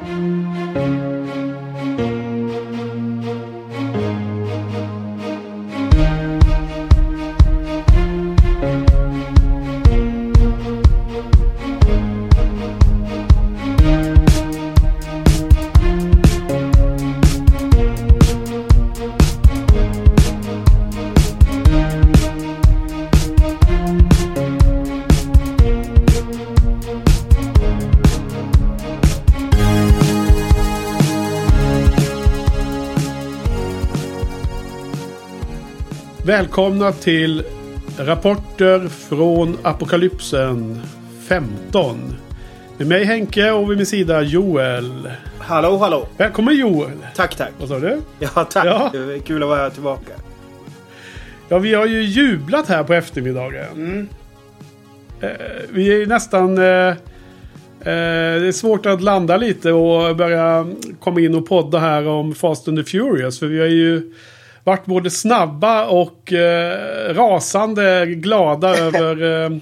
Välkomna till Rapporter från Apokalypsen 15. Med mig Henke och vid min sida Joel. Hallå, hallå. Välkommen Joel. Tack. Vad sa du? Ja, tack. Ja. Det är kul att vara tillbaka. Ja, vi har ju jublat här på eftermiddagen. Vi är ju nästan... det är svårt att landa lite och börja komma in och podda här om Fast and the Furious. För vi har ju varit både snabba och rasande glada över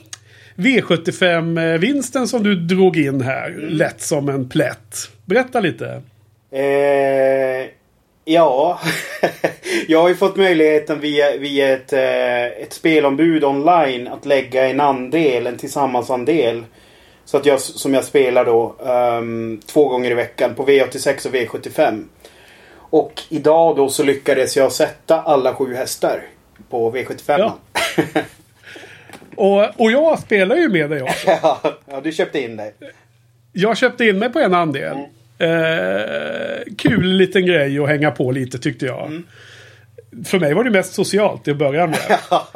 V75-vinsten som du drog in här. Lätt som en plätt. Berätta lite. Ja, jag har ju fått möjligheten via ett spelombud online att lägga en tillsammansandel. Så att som jag spelar då 2 gånger i veckan på V86 och V75. Och idag då så lyckades jag sätta alla 7 hästar på V75. Ja. och jag spelar ju med dig också. Ja, du köpte in dig. Jag köpte in mig på en andel. Kul liten grej att hänga på lite tyckte jag. För mig var det mest socialt i början med.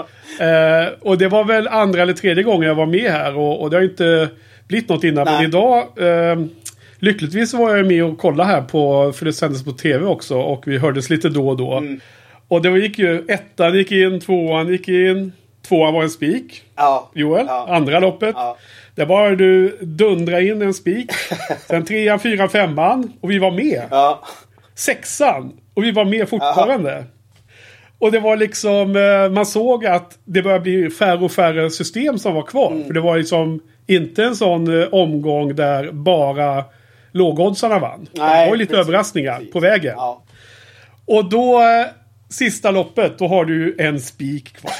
Och det var väl 2:a eller 3:e gången jag var med här. Och det har inte blivit något innan. Nej. Men idag... lyckligtvis var jag med och kollade här för det sändes på tv också. Och vi hördes lite då och då. Och det gick ju 1:an gick in, 2:an gick in. 2:an var en spik. Ja. Joel, Ja. andra loppet. Ja. Där var du dundra in en spik. Sen 3:an, 4:an, 5:an. Och vi var med. Ja. 6:an. Och vi var med fortfarande. Och det var liksom... man såg att det började bli färre och färre system som var kvar. För det var liksom inte en sån omgång där bara lågoddsarna vann. Nej, det var lite överraskningar på vägen. Ja. Och då... sista loppet, då har du en spik kvar.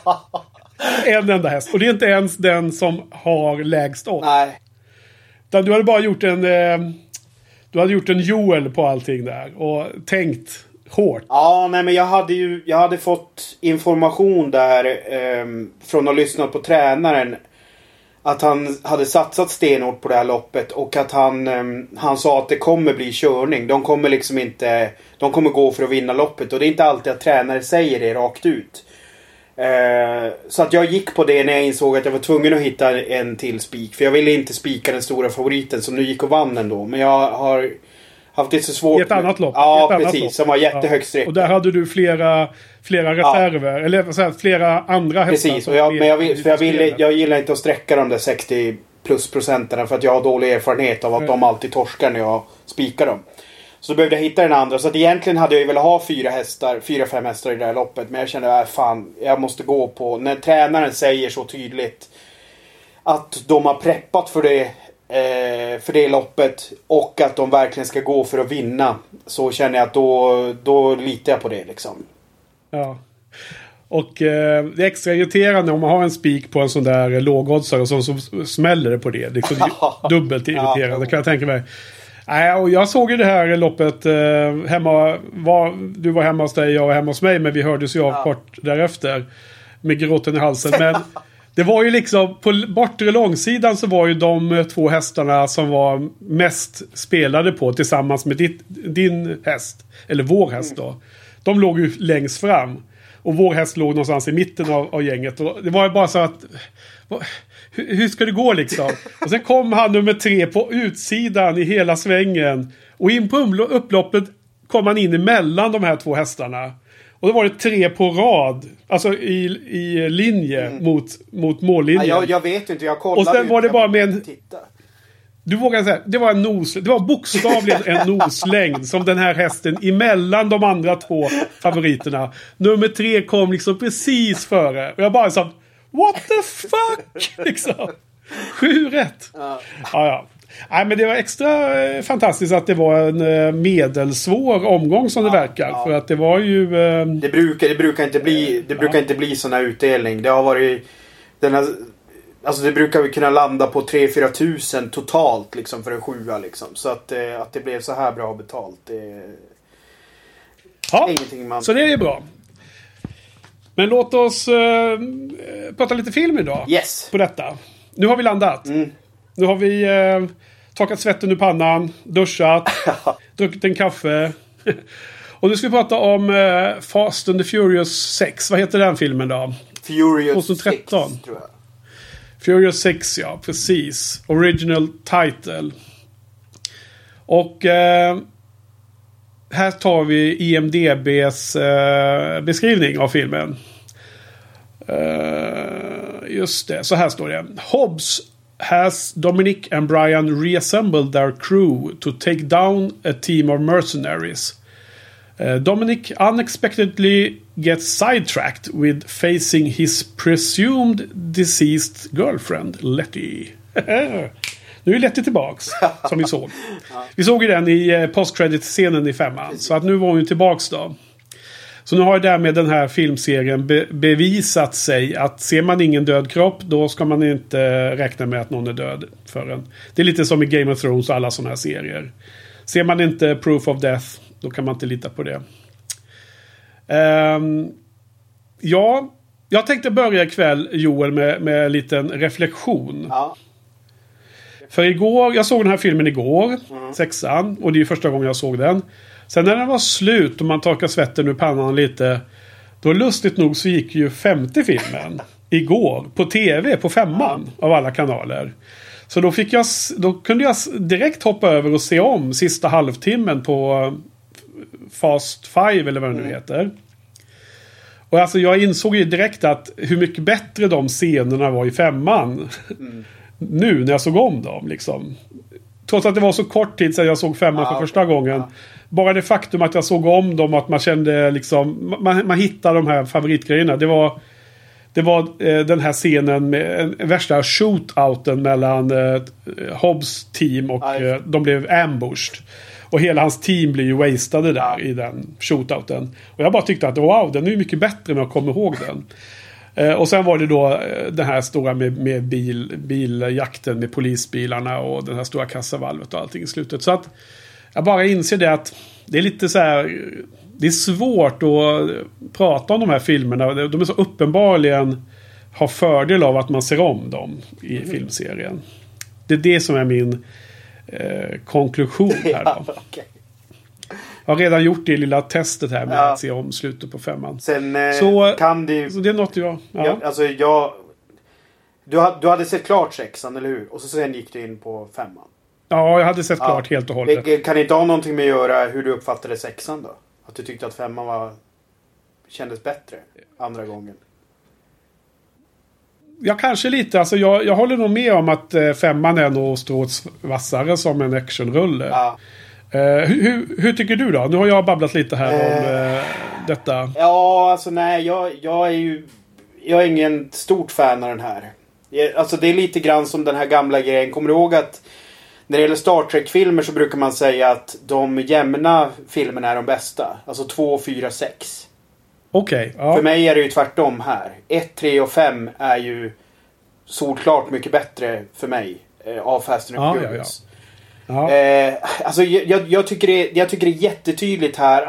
En enda häst. Och det är inte ens den som har lägst odds. Nej. Utan du hade bara gjort en... du hade gjort en Joel på allting där. Och tänkt hårt. Ja, nej men jag hade fått information där från att lyssna på tränaren. Att han hade satsat stenhårt på det här loppet. Och att han sa att det kommer bli körning. De kommer liksom inte... De kommer gå för att vinna loppet. Och det är inte alltid att tränare säger det rakt ut. Så att jag gick på det när jag insåg att jag var tvungen att hitta en till spik. För jag ville inte spika den stora favoriten som nu gick och vann ändå. Men jag har haft det så svårt. I ett annat lopp. Ja, precis. Som var jättehögt streck. Och där hade du flera reserver. Ja. Eller så här, flera andra hästar. Precis. Och jag gillar inte att sträcka de där 60 plus procenterna. För att jag har dålig erfarenhet av att de alltid torskar när jag spikar dem. Så då behövde jag hitta den andra. Så att egentligen hade jag velat ha 4-5 hästar i det här loppet. Men jag kände, fan, jag måste gå på... När tränaren säger så tydligt att de har preppat för det loppet och att de verkligen ska gå för att vinna, så känner jag att då litar jag på det liksom. Ja. Och det är extra irriterande om man har en spik på en sån där lågoddsare och så smäller det på det. Liksom dubbelt irriterande kan jag tänka mig. Och jag såg ju det här loppet hemma. Du var hemma hos dig, jag var hemma hos mig. Men vi hördes ju av kort därefter. Med gråten i halsen. Men det var ju liksom på bortre långsidan så var ju de 2 hästarna som var mest spelade på tillsammans med din häst. Eller vår häst då. De låg ju längst fram. Och vår häst låg någonstans i mitten av gänget. Och det var ju bara så att... Hur ska det gå liksom? Och sen kom han nummer 3 på utsidan i hela svängen. Och in på upploppet kom han in emellan de här 2 hästarna. Och då var det 3 på rad. Alltså i linje mot mållinjen. Ja, jag vet inte, jag kollade. Och sen var det bara med en... Du vågar säga, det var bokstavligen en noslängd som den här hästen emellan de andra 2 favoriterna. Nummer 3 kom liksom precis före. Och jag bara sa, what the fuck? Liksom. 7 rätt. Ja. Nej, men det var extra fantastiskt att det var en medelsvår omgång som det verkar. Ja. För att det var ju... Det brukar inte bli sån här utdelning. Det har varit... Alltså det brukar vi kunna landa på 3-4 tusen totalt liksom för en 7 liksom. Så att det blev så här bra betalt. Det ja, ingenting man... så det är bra. Men låt oss prata lite film idag. Yes. På detta. Nu har vi landat. Nu har vi torkat svetten ur pannan, duschat, druckit en kaffe. Och nu ska vi prata om Fast and the Furious 6. Vad heter den filmen då? Furious 2013. 6 tror jag. Furious 6, ja, precis. Original title. Och här tar vi IMDBs beskrivning av filmen. Just det, så här står det. Hobbs has Dominic and Brian reassembled their crew to take down a team of mercenaries. Dominic unexpectedly gets sidetracked with facing his presumed deceased girlfriend, Letty. Nu är Letty tillbaks, som vi såg. Vi såg ju den i post-credit-scenen i 5:an. Så att nu var hon ju tillbaks då. Så nu har ju därmed den här filmserien bevisat sig att ser man ingen död kropp, då ska man inte räkna med att någon är död förrän. Det är lite som i Game of Thrones och alla sådana här serier. Ser man inte proof of death, då kan man inte lita på det. Ja, jag tänkte börja ikväll, Joel, med en liten reflektion. Ja. För igår, jag såg den här filmen igår, 6:an, och det är första gången jag såg den. Sen när den var slut och man torkar svetten ur pannan lite, då lustigt nog så gick ju 50 filmen igår på tv på 5:an av alla kanaler. Så då kunde jag direkt hoppa över och se om sista halvtimmen på Fast 5 eller vad det nu heter. Och alltså jag insåg ju direkt att hur mycket bättre de scenerna var i 5:an nu när jag såg om dem liksom. Trots att det var så kort tid sedan jag såg 5:an för första gången. Bara det faktum att jag såg om dem, att man kände liksom man hittade de här favoritgrejerna. Det var den här scenen med värsta shootouten mellan Hobbs team och de blev ambushed. Och hela hans team blir ju wastade där i den shootouten. Och jag bara tyckte att wow, den är ju mycket bättre när jag kommer ihåg den. Och sen var det då den här stora med biljakten med polisbilarna och den här stora kassavalvet och allting i slutet. Så att jag bara inser det att det är lite så här, det är svårt att prata om de här filmerna. De är så uppenbarligen har fördel av att man ser om dem i filmserien. Det är det som är min konklusion här då. Okay. Jag har redan gjort det lilla testet här med att se om slutet på 5:an. Sen så kan det... Så det är något jag... Ja. Du hade sett klart 6:an, eller hur? Och så sen gick du in på 5:an. Ja, jag hade sett klart helt och hållet. Kan det inte ha någonting med att göra hur du uppfattade 6:an då? Att du tyckte att 5:an kändes bättre andra gången? Ja, kanske lite. Alltså, jag håller nog med om att 5:an är nog stråt vassare som en actionrulle. Ja. Hur tycker du då? Nu har jag babblat lite här om detta. Ja, alltså nej. Jag är ingen stort fan av den här. Alltså det är lite grann som den här gamla grejen. Kommer du ihåg att när det gäller Star Trek-filmer så brukar man säga att de jämna filmerna är de bästa. Alltså 2, 4, 6. Okej. Ja. För mig är det ju tvärtom här. 1, 3 och 5 är ju solklart mycket bättre för mig av Fast and Furious. Ja. Alltså jag tycker det är jättetydligt här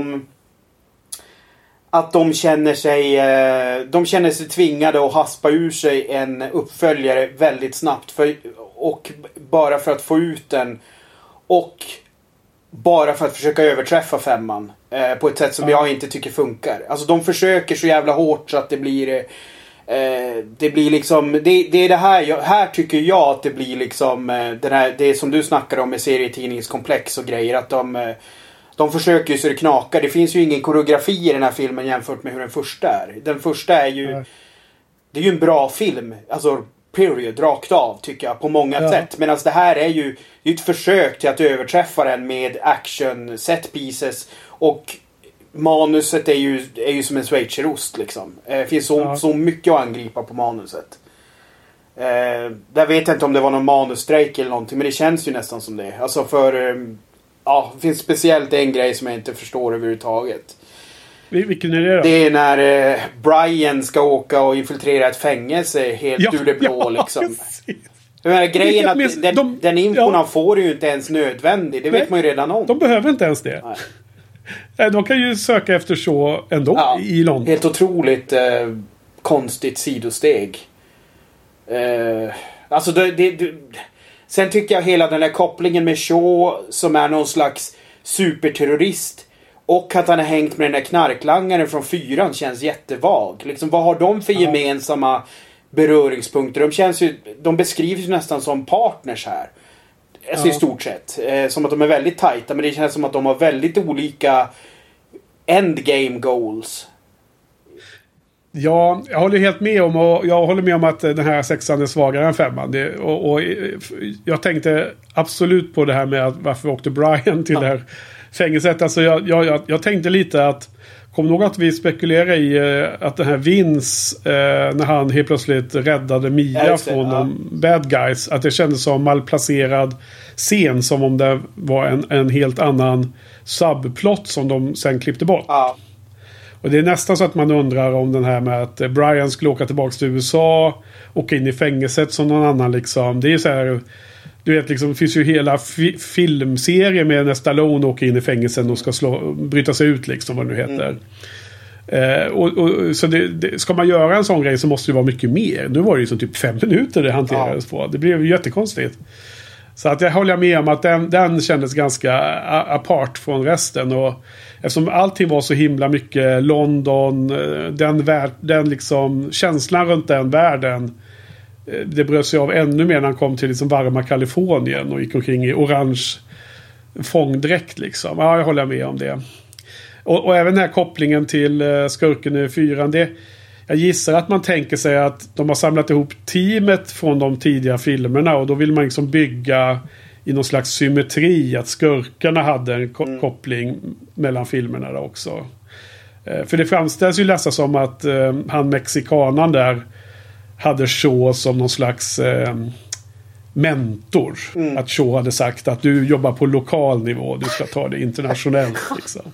att de känner sig tvingade att haspa ur sig en uppföljare väldigt snabbt och bara för att få ut den och bara för att försöka överträffa 5:an på ett sätt som jag inte tycker funkar. Alltså de försöker så jävla hårt så att det blir liksom det är det här tycker jag att det blir liksom det som du snackar om med serietidningskomplex och grejer, att de försöker ju så det knakar. Det finns ju ingen koreografi i den här filmen jämfört med hur den första är. Den första är ju det är ju en bra film, alltså period, rakt av tycker jag på många sätt. Medan det här är ju ett försök till att överträffa den med action set pieces, och manuset är ju som en schweizerost liksom. Det finns så mycket att angripa på manuset. Där vet jag inte om det var någon manusstrejk eller någonting, men det känns ju nästan som det. Alltså för det finns speciellt en grej som jag inte förstår överhuvudtaget. Vilken är det då? Det är när Brian ska åka och infiltrera ett fängelse helt ur det blå liksom. Grejen att den infon han får är ju inte ens nödvändig. Det vet man ju redan om. De behöver inte ens det. Nej. De kan ju söka efter så ändå i London. Helt otroligt konstigt sidosteg. Alltså sen tycker jag hela den där kopplingen med Shaw som är någon slags superterrorist och att han har hängt med den där knarklangaren från 4 känns jättevag. Liksom, vad har de för gemensamma beröringspunkter? De beskrivs ju nästan som partners här. Alltså i stort sett. Som att de är väldigt tajta, men det känns som att de har väldigt olika endgame goals. Ja, jag håller helt med om, och jag håller med om att den här 6:an är svagare än 5:an. Och jag tänkte absolut på det här med att varför åkte Brian till det här fängelset. Alltså jag tänkte lite att, kom nog att vi spekulerar i att den här Vince, när han helt plötsligt räddade Mia från de bad guys, att det kändes som malplacerad scen, som om det var en helt annan subplot som de sen klippte bort. Ja. Och det är nästan så att man undrar om den här med att Brian skulle åka tillbaka till USA, åka in i fängelset som någon annan liksom. Det är så här, du vet liksom, det finns ju hela filmserier med när Stallone åker in i fängelsen och ska bryta sig ut liksom, vad det nu heter. Så ska man göra en sån grej så måste det vara mycket mer. Nu var det ju så typ 5 minuter det hanterades på. Det blev ju jättekonstigt. Så att jag håller med om att den kändes ganska apart från resten. Och eftersom allting var så himla mycket London, den liksom känslan runt den världen, det bröt sig av ännu mer när han kom till liksom varma Kalifornien och gick omkring i orange fångdräkt liksom. Ja, jag håller med om det. Och även den här kopplingen till skurken i 4:an, jag gissar att man tänker sig att de har samlat ihop teamet från de tidiga filmerna, och då vill man liksom bygga i någon slags symmetri att skurkarna hade en koppling mellan filmerna där också. För det framställs ju nästan som att han mexikanan där hade Shaw som någon slags mentor. Att Shaw hade sagt att du jobbar på lokal nivå, du ska ta det internationellt liksom.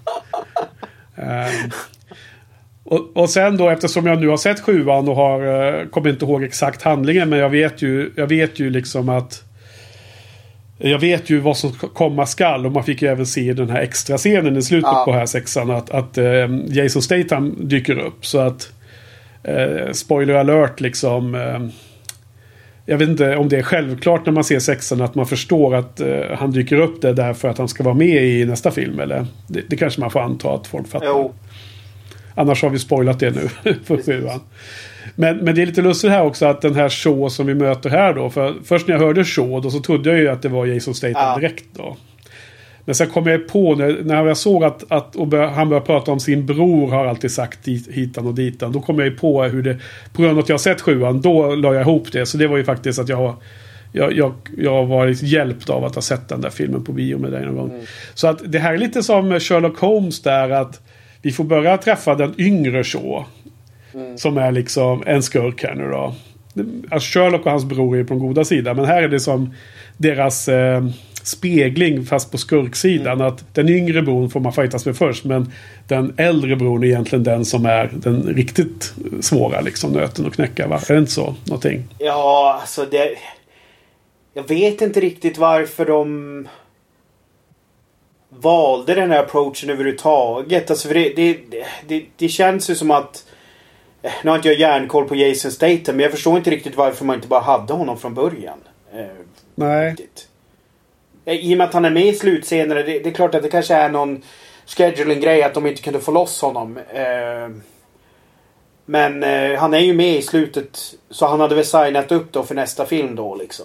Och sen då, eftersom jag nu har sett 7:an och kommer inte ihåg exakt handlingen, men jag vet ju liksom att jag vet ju vad som komma skall, och man fick ju även se den här extra scenen i slutet på här 6:an att Jason Statham dyker upp, så att spoiler alert liksom, jag vet inte om det är självklart när man ser 6:an att man förstår att han dyker upp det därför att han ska vara med i nästa film, eller det kanske man får anta att folk fattar. Jo. Annars har vi spoilat det nu för 7:an. Men det är lite lustigt här också att den här Shaw som vi möter här då, för först när jag hörde Shaw då så trodde jag ju att det var Jason Statham direkt då. Men sen kom jag på när jag såg att han började prata om sin bror, har alltid sagt hitan och ditan. Då kom jag ju på hur det, på grund av att jag har sett 7:an, då la jag ihop det. Så det var ju faktiskt att jag var hjälpt av att ha sett den där filmen på bio med dig någon gång. Så att det här är lite som Sherlock Holmes där, att vi får börja träffa den yngre Shaw. Som är liksom en skurk här nu då. Alltså Sherlock och hans bror är på den goda sidan, men här är det som deras spegling fast på skurksidan, att den yngre bron får man fightas med först, men den äldre bron är egentligen den som är den riktigt svåra liksom, nöten att knäcka, va? Är det inte så? Någonting? Ja, alltså jag vet inte riktigt varför de valde den här approachen överhuvudtaget. Alltså för det känns ju som att, nu har inte jag järnkoll på Jason Statham, men jag förstår inte riktigt varför man inte bara hade honom från början. Nej. Riktigt. I och med att han är med i slutscener, det är klart att det kanske är någon scheduling-grej att de inte kunde få loss honom. Men han är ju med i slutet, så han hade väl signat upp då för nästa film då liksom.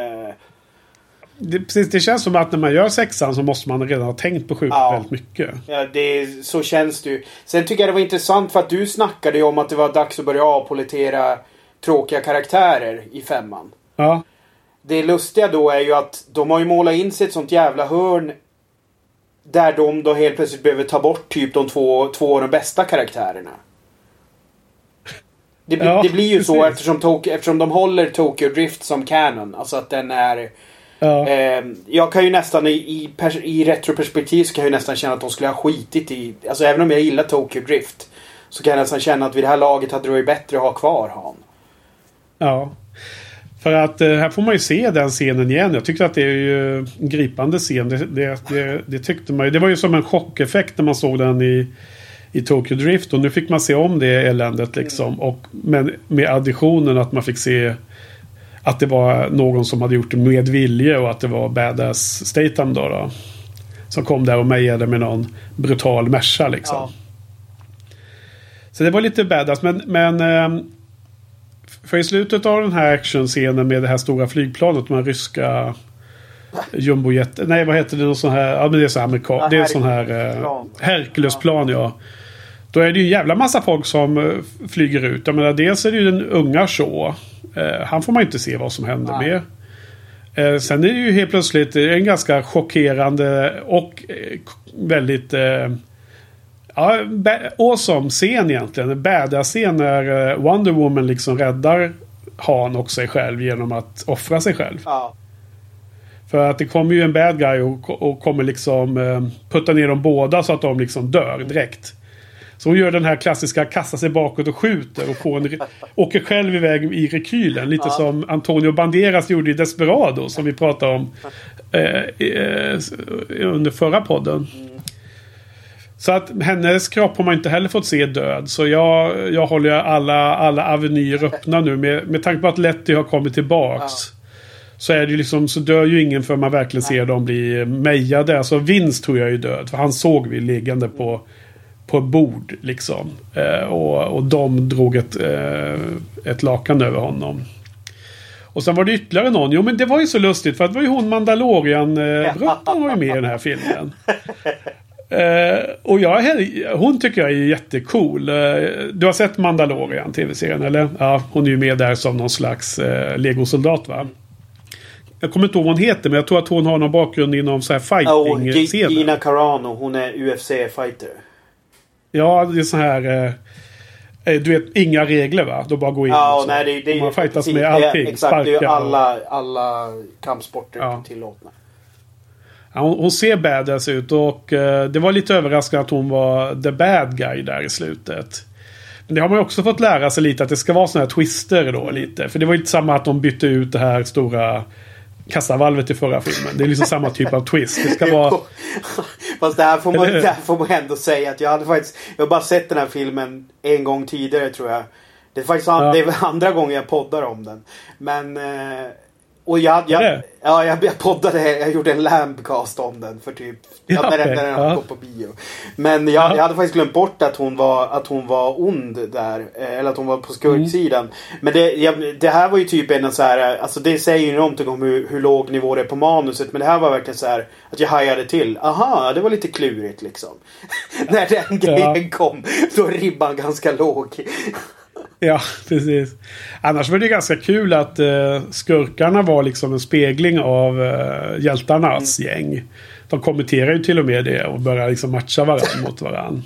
Det känns som att när man gör 6:an så måste man redan ha tänkt på 7:an väldigt mycket. Ja, så känns det ju. Sen tycker jag det var intressant för att du snackade ju om att det var dags att börja avpolitera tråkiga karaktärer i 5:an. Ja. Det lustiga då är ju att de har ju målat in sig ett sånt jävla hörn där de då helt plötsligt behöver ta bort typ de två av de bästa karaktärerna. Det blir ju så eftersom de håller Tokyo Drift som canon. Alltså att den är... Ja. Jag kan ju nästan i retroperspektiv så kan jag ju nästan känna att de skulle ha skitit i... Alltså även om jag gillar Tokyo Drift så kan jag nästan känna att vid det här laget hade det varit bättre att ha kvar han. Ja. För att här får man ju se den scenen igen. Jag tycker att det är ju en gripande scen. Det tyckte man ju. Det var ju som en chockeffekt när man såg den i Tokyo Drift. Och nu fick man se om det eländet liksom. Och, men med additionen att man fick se att det var någon som hade gjort det med vilje. Och att det var Badass Statham då. Som kom där och mejade med någon brutal Merca liksom. Ja. Så det var lite badass. Men för i slutet av den här actionscenen med det här stora flygplanet, de här ryska jumbojet, nej vad heter det, någon sån här, ja men det är så amerikan, det är sån här Herculesplan, ja. Då är det ju en jävla massa folk som flyger ut. Jag menar, dels är det ju den unga Shaw. Han får man inte se vad som händer med. Sen är det ju helt plötsligt en ganska chockerande och väldigt awesome scen egentligen. En badass scen när Wonder Woman liksom räddar Han och sig själv genom att offra sig själv. Ja. För att det kommer ju en bad guy och kommer liksom putta ner dem båda så att de liksom dör direkt. Så hon gör den här klassiska, kastar sig bakåt och skjuter och åker själv iväg i rekylen. Lite som Antonio Banderas gjorde i Desperado som vi pratade om under förra podden. Så att hennes kropp har man inte heller fått se död. Så jag håller alla avenyer öppna nu. Med tanke på att Letty har kommit tillbaks. Så är det ju liksom, så dör ju ingen för man verkligen ser dem bli mejade. Alltså Vince tror jag är död. För han såg vi liggande på ett bord liksom. Och de drog ett lakan över honom. Och sen var det ytterligare någon. Jo men det var ju så lustigt. För att det var ju hon Mandalorian-bruttan var ju med i den här filmen. Och hon tycker jag är jättecool. Du har sett Mandalorian TV-serien eller? Ja, hon är ju med där som någon slags legosoldat va? Jag kommer inte ihåg vad hon heter, men jag tror att hon har någon bakgrund inom så här fighting-scenen. Gina Carano, hon är UFC-fighter. Ja, det är så här du vet, inga regler va? Då bara gå in och nej, det man fightas med allting. Exakt, det är alla kampsporter tillåtna. Ja, hon ser badass ut och det var lite överraskande att hon var the bad guy där i slutet. Men det har man ju också fått lära sig lite att det ska vara såna här twister då lite. För det var ju inte samma att de bytte ut det här stora kassavalvet i förra filmen. Det är liksom samma typ av twist. Det ska vara... Fast det här får man ändå säga att jag har bara sett den här filmen en gång tidigare tror jag. Det är faktiskt det är andra gången jag poddar om den. Men... Och jag poddade, jag gjorde en Lambcast om den för typ när den hade gått på bio. Men jag hade faktiskt glömt bort att hon var ond där, eller att hon var på skurksidan. Men det här var ju typ en så här, alltså det säger ju någonting om hur låg nivå det är på manuset, men det här var verkligen så här att jag hajade till. Aha, det var lite klurigt liksom. När den grejen kom, då är ribban ganska låg. Ja, precis. Annars var det ganska kul att skurkarna var liksom en spegling av hjältarnas gäng. De kommenterar ju till och med det och börjar liksom matcha varandra mot varandra.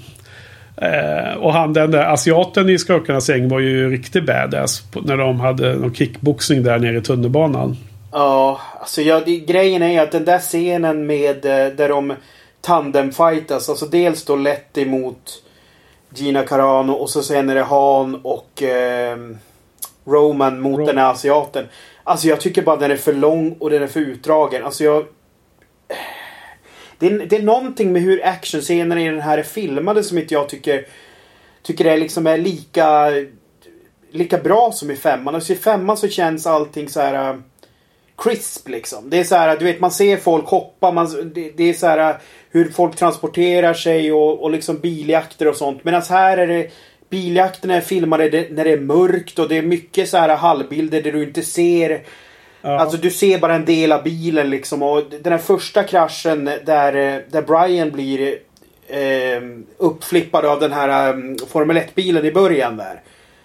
Och den där asiaten i skurkarnas gäng var ju riktigt badass när de hade någon kickboxing där nere i tunnelbanan. Ja, alltså grejen är att den där scenen med där de tandemfightas, alltså dels då Letty mot Gina Carano och så sen är det Han och Roman mot den här asiaten. Alltså jag tycker bara den är för lång och den är för utdragen. Alltså det är någonting med hur actionscenerna i den här är filmade som inte jag tycker det liksom är lika bra som i femman. Alltså i femman så känns allting så här crisp liksom. Det är så här, du vet, man ser folk hoppa, det är så här hur folk transporterar sig och liksom biljakter och sånt. Medan här är det biljakterna är filmade när det är mörkt och det är mycket så här halvbilder där du inte ser. Ja. Alltså du ser bara en del av bilen liksom, och den här första kraschen där Brian blir uppflippad av den här Formel 1-bilen i början där.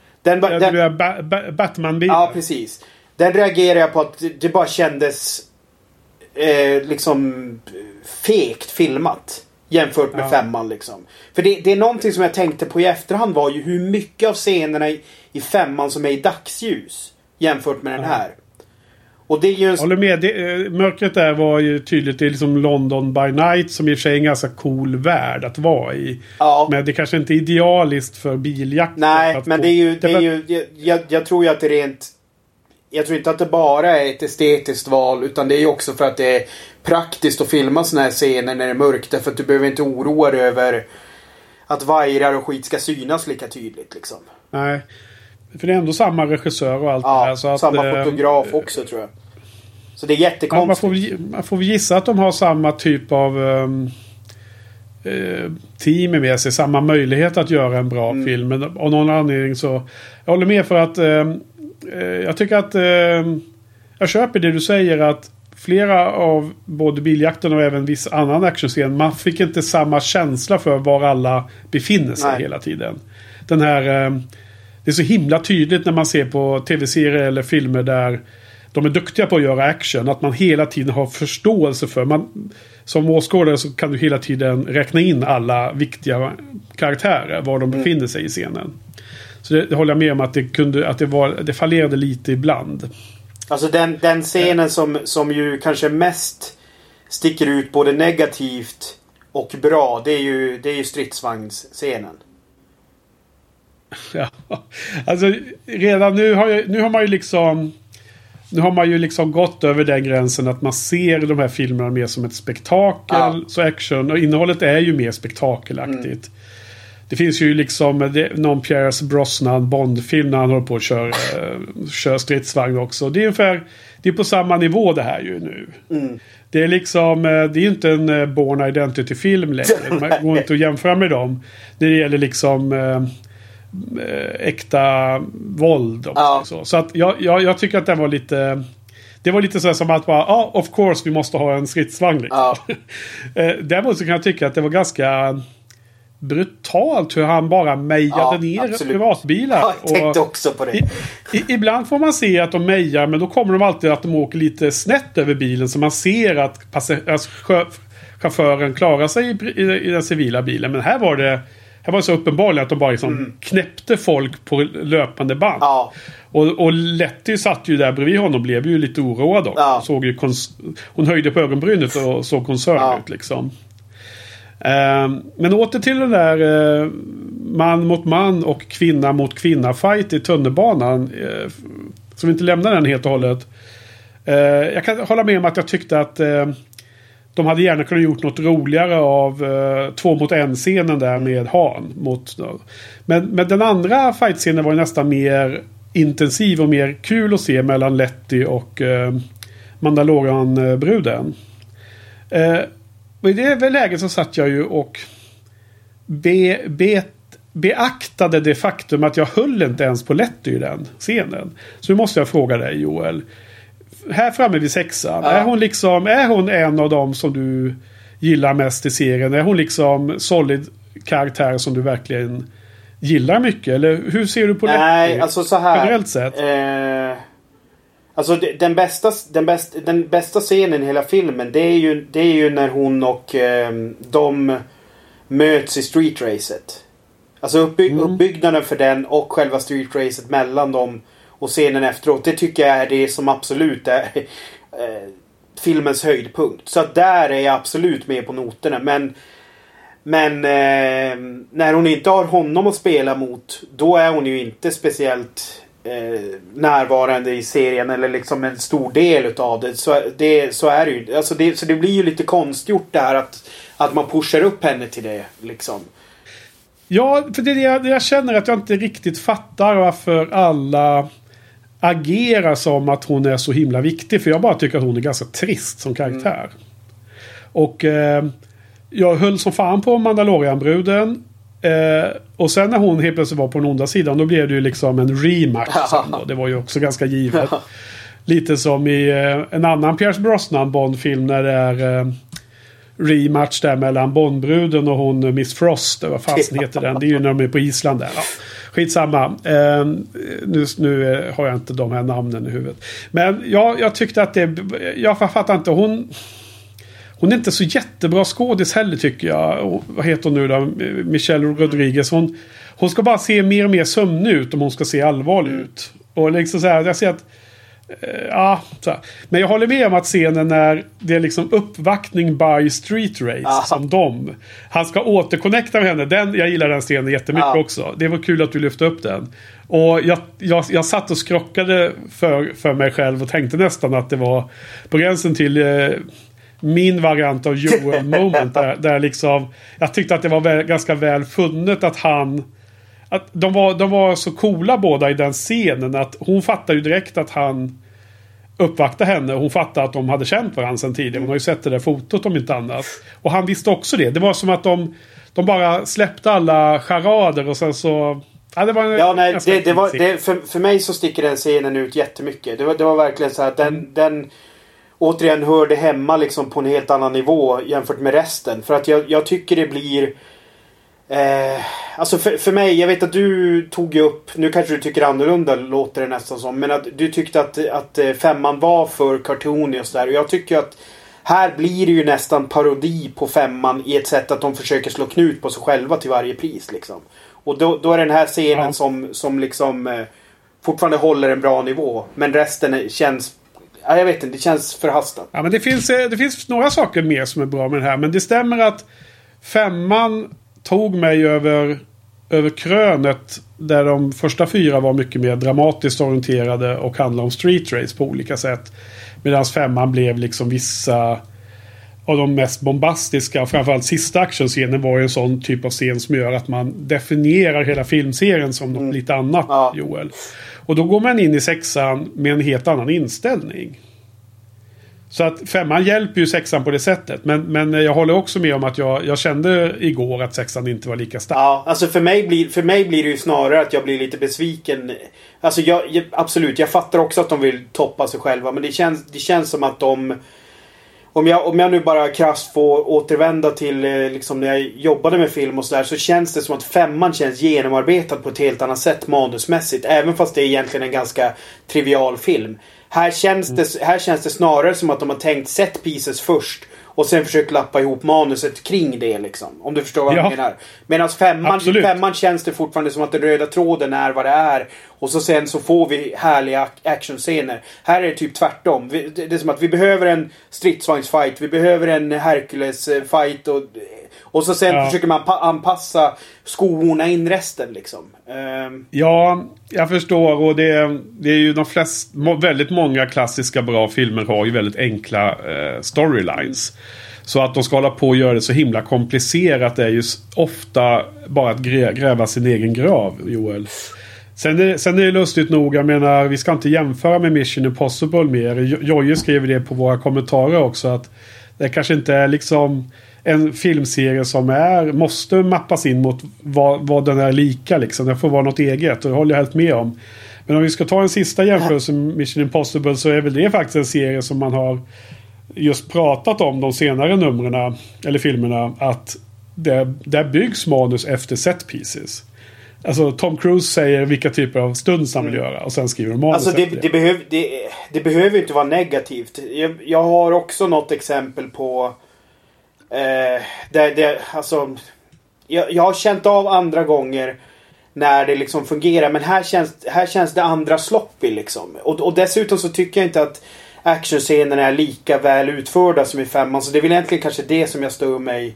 Batman-bilen. Ja, precis. Den reagerar jag på att det bara kändes liksom fekt filmat. jämfört med femman liksom. För det är någonting som jag tänkte på i efterhand var ju hur mycket av scenerna i femman som är i dagsljus jämfört med den här. Och det är ju håller med. Mörkret där var ju tydligt. Det är liksom London by night som i och för sig är en ganska cool värld att vara i. Ja. Men det kanske inte är idealiskt för biljakt. Nej, men det är ju jag tror ju att det rent... Jag tror inte att det bara är ett estetiskt val, utan det är ju också för att det är praktiskt att filma såna här scener när det är mörkt. Därför att du behöver inte oroa dig över att vajrar och skit ska synas lika tydligt liksom. Nej. För det är ändå samma regissör och allt det här. Så samma fotograf också tror jag. Så det är jättekonstigt. Man får gissa att de har samma typ av team med sig. Samma möjlighet att göra en bra film. Men av någon anledning så... Jag håller med för att... jag tycker att... jag köper det du säger att flera av både biljakten och även viss annan actionscen, man fick inte samma känsla för var alla befinner sig hela tiden. Den här... det är så himla tydligt när man ser på tv-serier eller filmer där de är duktiga på att göra action. Att man hela tiden har förståelse för. Som åskådare så kan du hela tiden räkna in alla viktiga karaktärer. Var de befinner sig i scenen. Så det håller jag med om att det fallerade lite ibland. Alltså den scenen som ju kanske mest sticker ut både negativt och bra. Det är ju stridsvagnsscenen. Ja, alltså redan nu har man ju liksom gått över den gränsen att man ser de här filmerna mer som ett spektakel, så action, och innehållet är ju mer spektakelaktigt. Det finns ju liksom någon Pierce Brosnan Bond-film när han håller på att kör stridsvagn också. Det är på samma nivå det här ju nu. Det är liksom, det är ju inte en Bourne Identity-film längre. Man går inte att jämföra med dem. När det gäller liksom äkta våld och så att jag tycker att det var lite så här som att bara, of course vi måste ha en stridsvagn liksom. Däremot så kan jag tycka att det var ganska brutalt hur han bara mejade ner privatbilar. Jag tänkte också på det. Ibland får man se att de mejar, men då kommer de alltid att de åker lite snett över bilen så man ser att chauffören klarar sig i den civila bilen. Men här var det så uppenbarligen att de bara liksom knäppte folk på löpande band. Och Letty satt ju där bredvid honom och blev ju lite oroad då. Såg ju hon höjde på ögonbrynet och såg koncern ut liksom. Men åter till den där man mot man och kvinna mot kvinna fight i tunnelbanan, som inte lämnar den helt och hållet. Jag kan hålla med om att jag tyckte att de hade gärna kunnat gjort något roligare av 2 mot 1 scenen där med Han men den andra fight-scenen var nästan mer intensiv och mer kul att se mellan Letty och Mandalorian-bruden. Och i det läget så satt jag ju och beaktade det faktum att jag höll inte ens på Letty i den scenen. Så nu måste jag fråga dig, Joel. Här framme vid 6:an. Är hon en av dem som du gillar mest i serien? Är hon liksom solid karaktär som du verkligen gillar mycket? Eller hur ser du på Letty? Nej, alltså så här. Generellt sett. Alltså den bästa scenen i hela filmen, det är ju när hon och de möts i streetracet. Alltså uppbyggnaden för den och själva streetracet mellan dem och scenen efteråt, det tycker jag är det som absolut är filmens höjdpunkt. Så att där är jag absolut med på noterna. Men när hon inte har honom att spela mot, då är hon ju inte speciellt närvarande i serien eller liksom en stor del utav det. Så är det ju. Alltså så det blir ju lite konstgjort där att man pushar upp henne till det liksom. Ja, för det jag känner att jag inte riktigt fattar varför alla agerar som att hon är så himla viktig. För jag bara tycker att hon är ganska trist som karaktär. Och jag höll som fan på Mandalorian-bruden. Och sen när hon helt plötsligt var på den onda sidan, då blev det ju liksom en rematch sen då. Det var ju också ganska givet. Lite som i en annan Pierce Brosnan Bond-film när det är rematch där mellan Bondbruden och hon Miss Frost. Vad fasen heter den? Det är ju när de är på Island där. Ja. Skitsamma. Nu har jag inte de här namnen i huvudet. Men jag tyckte att jag fattar inte. Hon hon är inte så jättebra skådis heller tycker jag. Och, vad heter hon nu då? Michelle Rodriguez. Hon ska bara se mer och mer sömnig ut om hon ska se allvarlig ut. Och liksom så här, jag ser att så här. Men jag håller med om att scenen när det är liksom uppvaktning by Street Race som han ska återconnecta med henne. Jag gillar den scenen jättemycket också. Det var kul att du lyfte upp den. Och jag satt och skrockade för mig själv och tänkte nästan att det var på gränsen till min variant av Joel moment där liksom jag tyckte att det var ganska väl funnet att de var så coola båda i den scenen att hon fattar ju direkt att han uppvaktade henne och hon fattade att de hade känt varandra sedan tidigare. Hon har ju sett det där fotot om inte annat. Och han visste också det. Det var som att de bara släppte alla charader och sen så... Ja, det var för mig så sticker den scenen ut jättemycket. Det var verkligen så att den återigen hörde hemma liksom på en helt annan nivå jämfört med resten. För att jag tycker det blir... alltså för mig, jag vet att du tog upp, nu kanske du tycker annorlunda låter det nästan som, men att du tyckte att femman var för cartoony och sådär. Och jag tycker att här blir det ju nästan parodi på femman i ett sätt att de försöker slå knut på sig själva till varje pris liksom. Och då är den här scenen som liksom fortfarande håller en bra nivå, men resten känns, jag vet inte, det känns förhastat. Ja, men det finns några saker mer som är bra med det här, men det stämmer att femman tog mig över krönet där de första 4 var mycket mer dramatiskt orienterade och handlade om street race på olika sätt. Medan femman blev liksom vissa av de mest bombastiska, framförallt sista actionscenen var ju en sån typ av scen som gör att man definierar hela filmserien som något lite annat, Joel. Och då går man in i 6:an med en helt annan inställning. Så att 5:an hjälper ju 6:an på det sättet. Men jag håller också med om att jag kände igår att 6:an inte var lika stark. Ja, alltså för mig blir det ju snarare att jag blir lite besviken. Alltså absolut, jag fattar också att de vill toppa sig själva. Men det känns som att de... Om jag nu bara krasst får återvända till liksom när jag jobbade med film och sådär, så känns det som att 5:an känns genomarbetad på ett helt annat sätt manusmässigt. Även fast det är egentligen en ganska trivial film. Här känns det snarare som att de har tänkt set pieces först och sen försökt lappa ihop manuset kring det liksom. Om du förstår vad jag menar. Medan 5:an känns det fortfarande som att den röda tråden är vad det är. Och så sen får vi härliga actionscener. Här är det typ tvärtom. Det är som att vi behöver en stridsvagnsfight. Vi behöver en Hercules-fight. Och så sen försöker man anpassa skorna in resten liksom. Ja, jag förstår. Och det är ju väldigt många klassiska bra filmer har ju väldigt enkla storylines. Så att de ska hålla på och göra det så himla komplicerat är ju ofta bara att gräva sin egen grav, Joel. Sen är det lustigt nog, jag menar, vi ska inte jämföra med Mission Impossible mer. Jojje skrev det på våra kommentarer också, att det kanske inte är liksom en filmserie som måste mappas in mot vad den är lika liksom. Det får vara något eget, och det håller jag helt med om. Men om vi ska ta en sista jämförelse med Mission Impossible, så är väl det faktiskt en serie som man har just pratat om de senare numren eller filmerna, att där byggs manus efter set pieces. Alltså Tom Cruise säger vilka typer av stunds han vill göra, och sen skriver de manus. Alltså det behöver inte vara negativt. Jag har också något exempel på alltså jag har känt av andra gånger när det liksom fungerar, men här känns det andra sloppy liksom. Och dessutom så tycker jag inte att actionscenerna är lika väl utförda som i 5:an, så det är väl egentligen kanske det som jag stör mig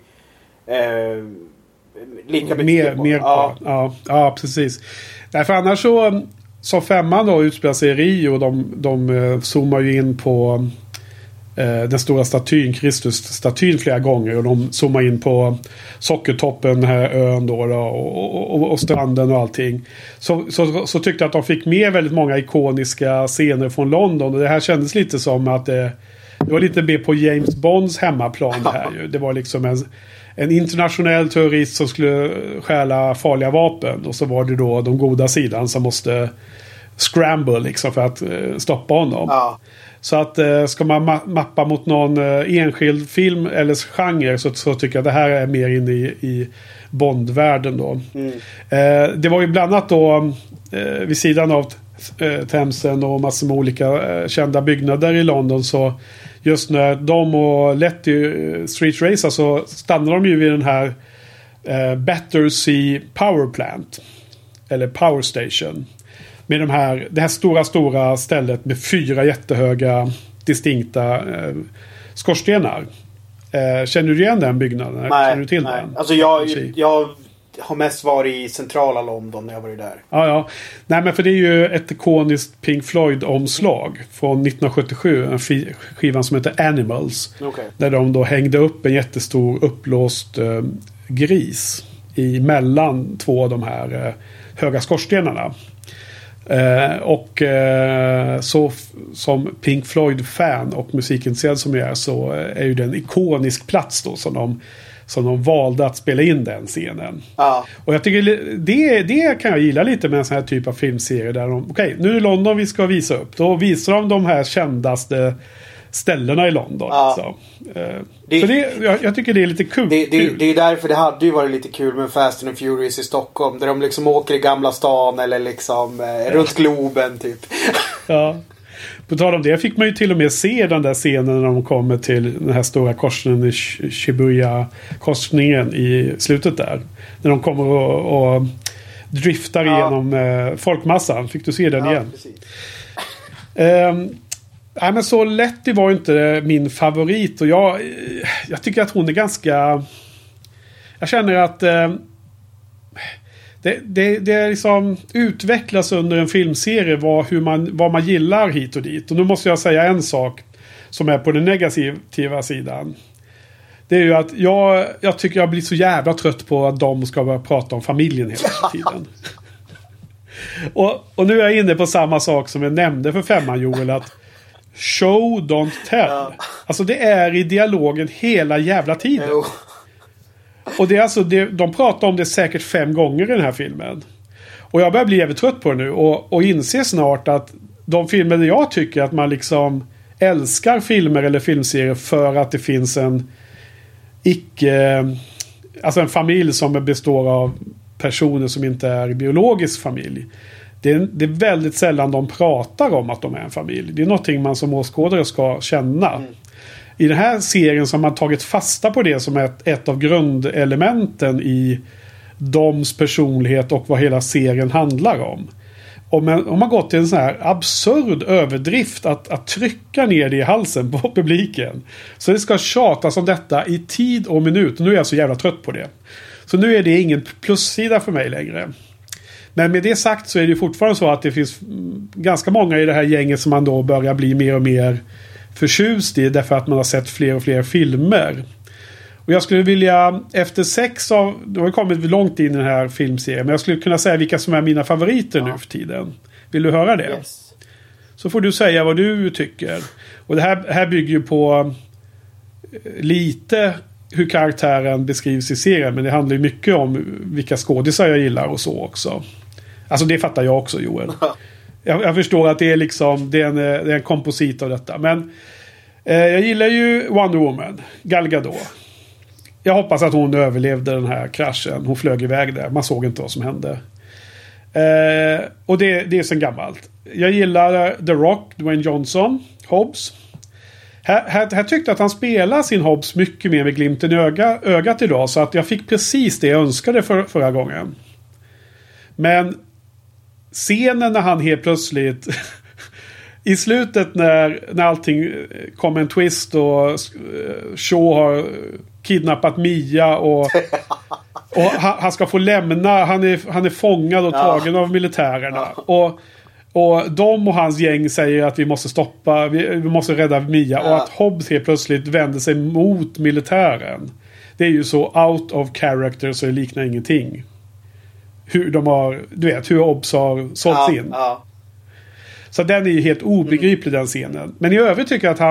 lika mycket mer på. Ja, precis. Därför annars så 5:an då utspelar sig i Rio, de zoomar ju in på den stora statyn, Kristus-statyn, flera gånger, och de zoomar in på Sockertoppen, den här ön då och stranden och allting. Så tyckte jag att de fick med väldigt många ikoniska scener från London, och det här kändes lite som att det var lite mer på James Bonds hemmaplan det här ju. Det var liksom en internationell terrorist som skulle stjäla farliga vapen, och så var det då de goda sidan som måste scramble liksom för att stoppa honom. Ja. Så att ska man mappa mot någon enskild film eller genre, så tycker jag det här är mer inne i Bond-världen då. Det var ju bland annat då vid sidan av Themsen och massor med olika kända byggnader i London, så just när de och Letty Street Racer så stannar de ju vid den här Battersea Power Plant. Eller Power Station. Med det här stora stället med 4 jättehöga distinkta skorstenar. Känner du igen den byggnaden? Nej, känner du till den? Alltså jag har mest varit i centrala London när jag varit där. Ja. Nej, men för det är ju ett ikoniskt Pink Floyd-omslag från 1977. En skivan som heter Animals. Okay. Där de då hängde upp en jättestor uppblåst gris mellan 2 av de här höga skorstenarna. Så som Pink Floyd-fan och musikintresserad som jag är, så är ju det en ikonisk plats då som de valde att spela in den scenen. Och jag tycker det kan jag gilla lite med en sån här typ av filmserie där okej, nu är det London vi ska visa upp. Då visar de här kändaste ställena i London. Så jag tycker det är lite kul. Det är därför det hade ju varit lite kul med Fast and Furious i Stockholm. Där de liksom åker i Gamla stan eller liksom runt Globen typ. Ja. På tal om det fick man ju till och med se den där scenen när de kommer till den här stora korsningen i Shibuya-korsningen i slutet där. När de kommer och driftar igenom folkmassan. Fick du se den igen? Precis. Nej, men så Letty var ju inte min favorit. Och jag tycker att hon är ganska... Jag känner att det liksom utvecklas under en filmserie vad man gillar hit och dit. Och nu måste jag säga en sak som är på den negativa sidan. Det är ju att jag tycker jag blir så jävla trött på att de ska börja prata om familjen hela tiden. och nu är jag inne på samma sak som jag nämnde för 5:an, Joel, att show, don't tell. Alltså det är i dialogen hela jävla tiden. Och det är alltså, de pratar om det säkert 5 gånger i den här filmen. Och jag börjar bli jävligt trött på det nu. Och inser snart att de filmer där jag tycker att man liksom älskar filmer eller filmserier för att det finns en familj som består av personer som inte är biologisk familj. Det är väldigt sällan de pratar om att de är en familj. Det är någonting man som åskådare ska känna. I den här serien så har man tagit fasta på det som ett av grundelementen i doms personlighet och vad hela serien handlar om. Om man gått till en sån här absurd överdrift att trycka ner det i halsen på publiken. Så det ska tjatas om detta i tid och minut. Nu är jag så jävla trött på det. Så nu är det ingen plussida för mig längre. Men med det sagt så är det fortfarande så att det finns ganska många i det här gänget som man då börjar bli mer och mer förtjust i därför att man har sett fler och fler filmer. Och jag skulle vilja, efter 6 av... Det har kommit långt in i den här filmserien, men jag skulle kunna säga vilka som är mina favoriter nu för tiden. Vill du höra det? Yes. Så får du säga vad du tycker. Och det här bygger ju på lite hur karaktären beskrivs i serien, men det handlar ju mycket om vilka skådisar jag gillar och så också. Alltså det fattar jag också, Joel. Jag förstår att det är liksom det är en komposit av detta. Men jag gillar ju Wonder Woman, Gal Gadot. Jag hoppas att hon överlevde den här kraschen. Hon flög iväg där. Man såg inte vad som hände. Och det är sen gammalt. Jag gillar The Rock, Dwayne Johnson, Hobbs. Här tyckte jag att han spelar sin Hobbs mycket mer med glimten i ögat idag. Så att jag fick precis det jag önskade förra gången. Men scenen när han helt plötsligt i slutet när allting kom en twist och Shaw har kidnappat Mia och han ska få lämna, han är fångad och tagen av militärerna och de och hans gäng säger att vi måste stoppa, vi måste rädda Mia och att Hobbs helt plötsligt vänder sig mot militären. Det är ju så out of character så det liknar ingenting. Hur de har, du vet, hur Hobbs har sålts in. Så den är ju helt obegriplig, den scenen. Men i övrigt tycker jag att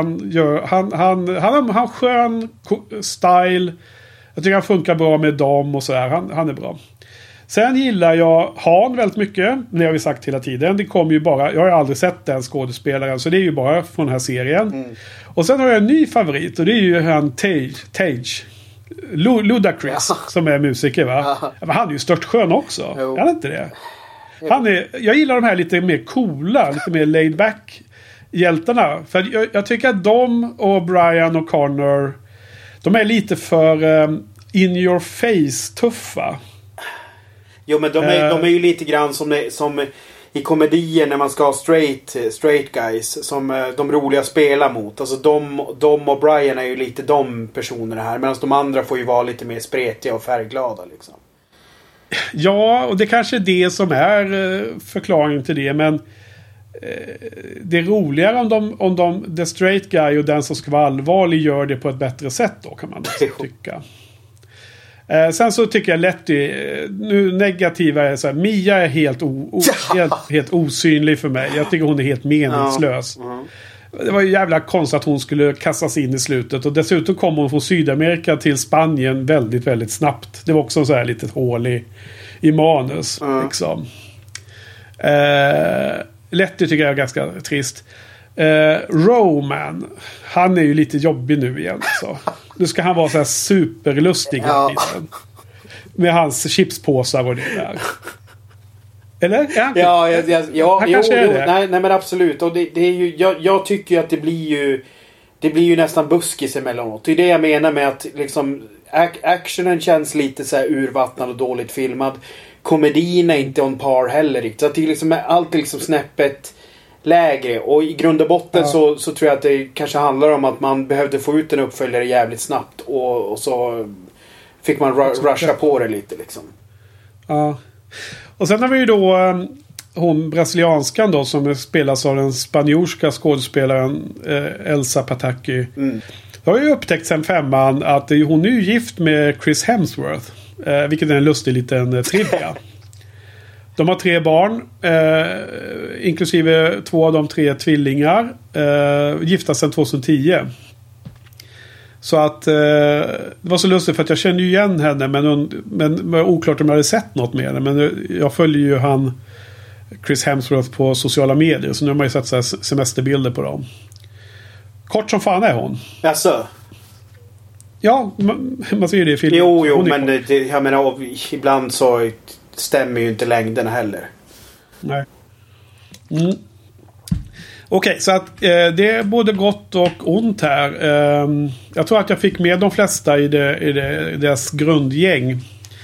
han har skön style. Jag tycker han funkar bra med dem och sådär. Han är bra. Sen gillar jag Han väldigt mycket. Det har vi sagt hela tiden. Det kommer ju bara, jag har aldrig sett den skådespelaren, så det är ju bara från den här serien. Och sen har jag en ny favorit, och det är ju han Tage. Ludacris som är musiker, va? Men han är ju stört skön också. Är han inte det? Jag gillar de här lite mer coola, lite mer laid back hjältarna. För jag tycker att de och Brian och Connor, de är lite för in your face tuffa. Jo, men de är ju lite grann som i komedier när man ska ha straight guys som de roliga spelar mot. Alltså de och Brian är ju lite de personerna här. Medan de andra får ju vara lite mer spretiga och färgglada liksom. Ja, och det kanske är det som är förklaringen till det. Men det är roligare om de the straight guy och den som ska vara allvarlig gör det på ett bättre sätt då, kan man tycka. Sen så tycker jag Letty, nu negativa är så här, Mia är helt osynlig för mig. Jag tycker hon är helt meningslös. Det var ju jävla konstigt att hon skulle kastas in i slutet. Och dessutom kom hon från Sydamerika till Spanien väldigt, väldigt snabbt. Det var också så här litet hål i manus. Liksom. Letty tycker jag är ganska trist. Roman, han är ju lite jobbig nu igen. Så. Nu ska han vara så här superlustig hela tiden. Med hans chipspåsar och det där. Eller? Ja, han kanske är det. Nej, men absolut. Och det är ju, jag tycker ju att det blir ju nästan buskis emellanåt. Det är det jag menar med att liksom actionen känns lite så här urvattnad och dåligt filmad. Komedin är inte on par heller riktigt. Så att det är liksom alltid liksom snäppet lägre. Och i grund och botten så tror jag att det kanske handlar om att man behövde få ut en uppföljare jävligt snabbt. Och så fick man rusha på det lite liksom. Ja. Och sen har vi ju då hon brasilianskan då som spelas av den spanjorska skådespelaren Elsa Pataki. Jag har ju upptäckt sen 5:an att hon är ju gift med Chris Hemsworth. Vilket är en lustig liten trivia. De har 3 barn. Inklusive 2 av de 3 tvillingar. Gifta sedan 2010. Så att det var så lustigt för att jag kände ju igen henne. Men det var oklart om jag hade sett något med henne. Men jag följer ju Chris Hemsworth på sociala medier. Så nu har man ju sett så här semesterbilder på dem. Kort som fan är hon. Jaså? Ja, man ser ju det i filmen. Jo, men jag menar, ibland så stämmer ju inte längden heller. Nej. Okej, så att det är både gott och ont här. Jag tror att jag fick med de flesta i deras grundgäng.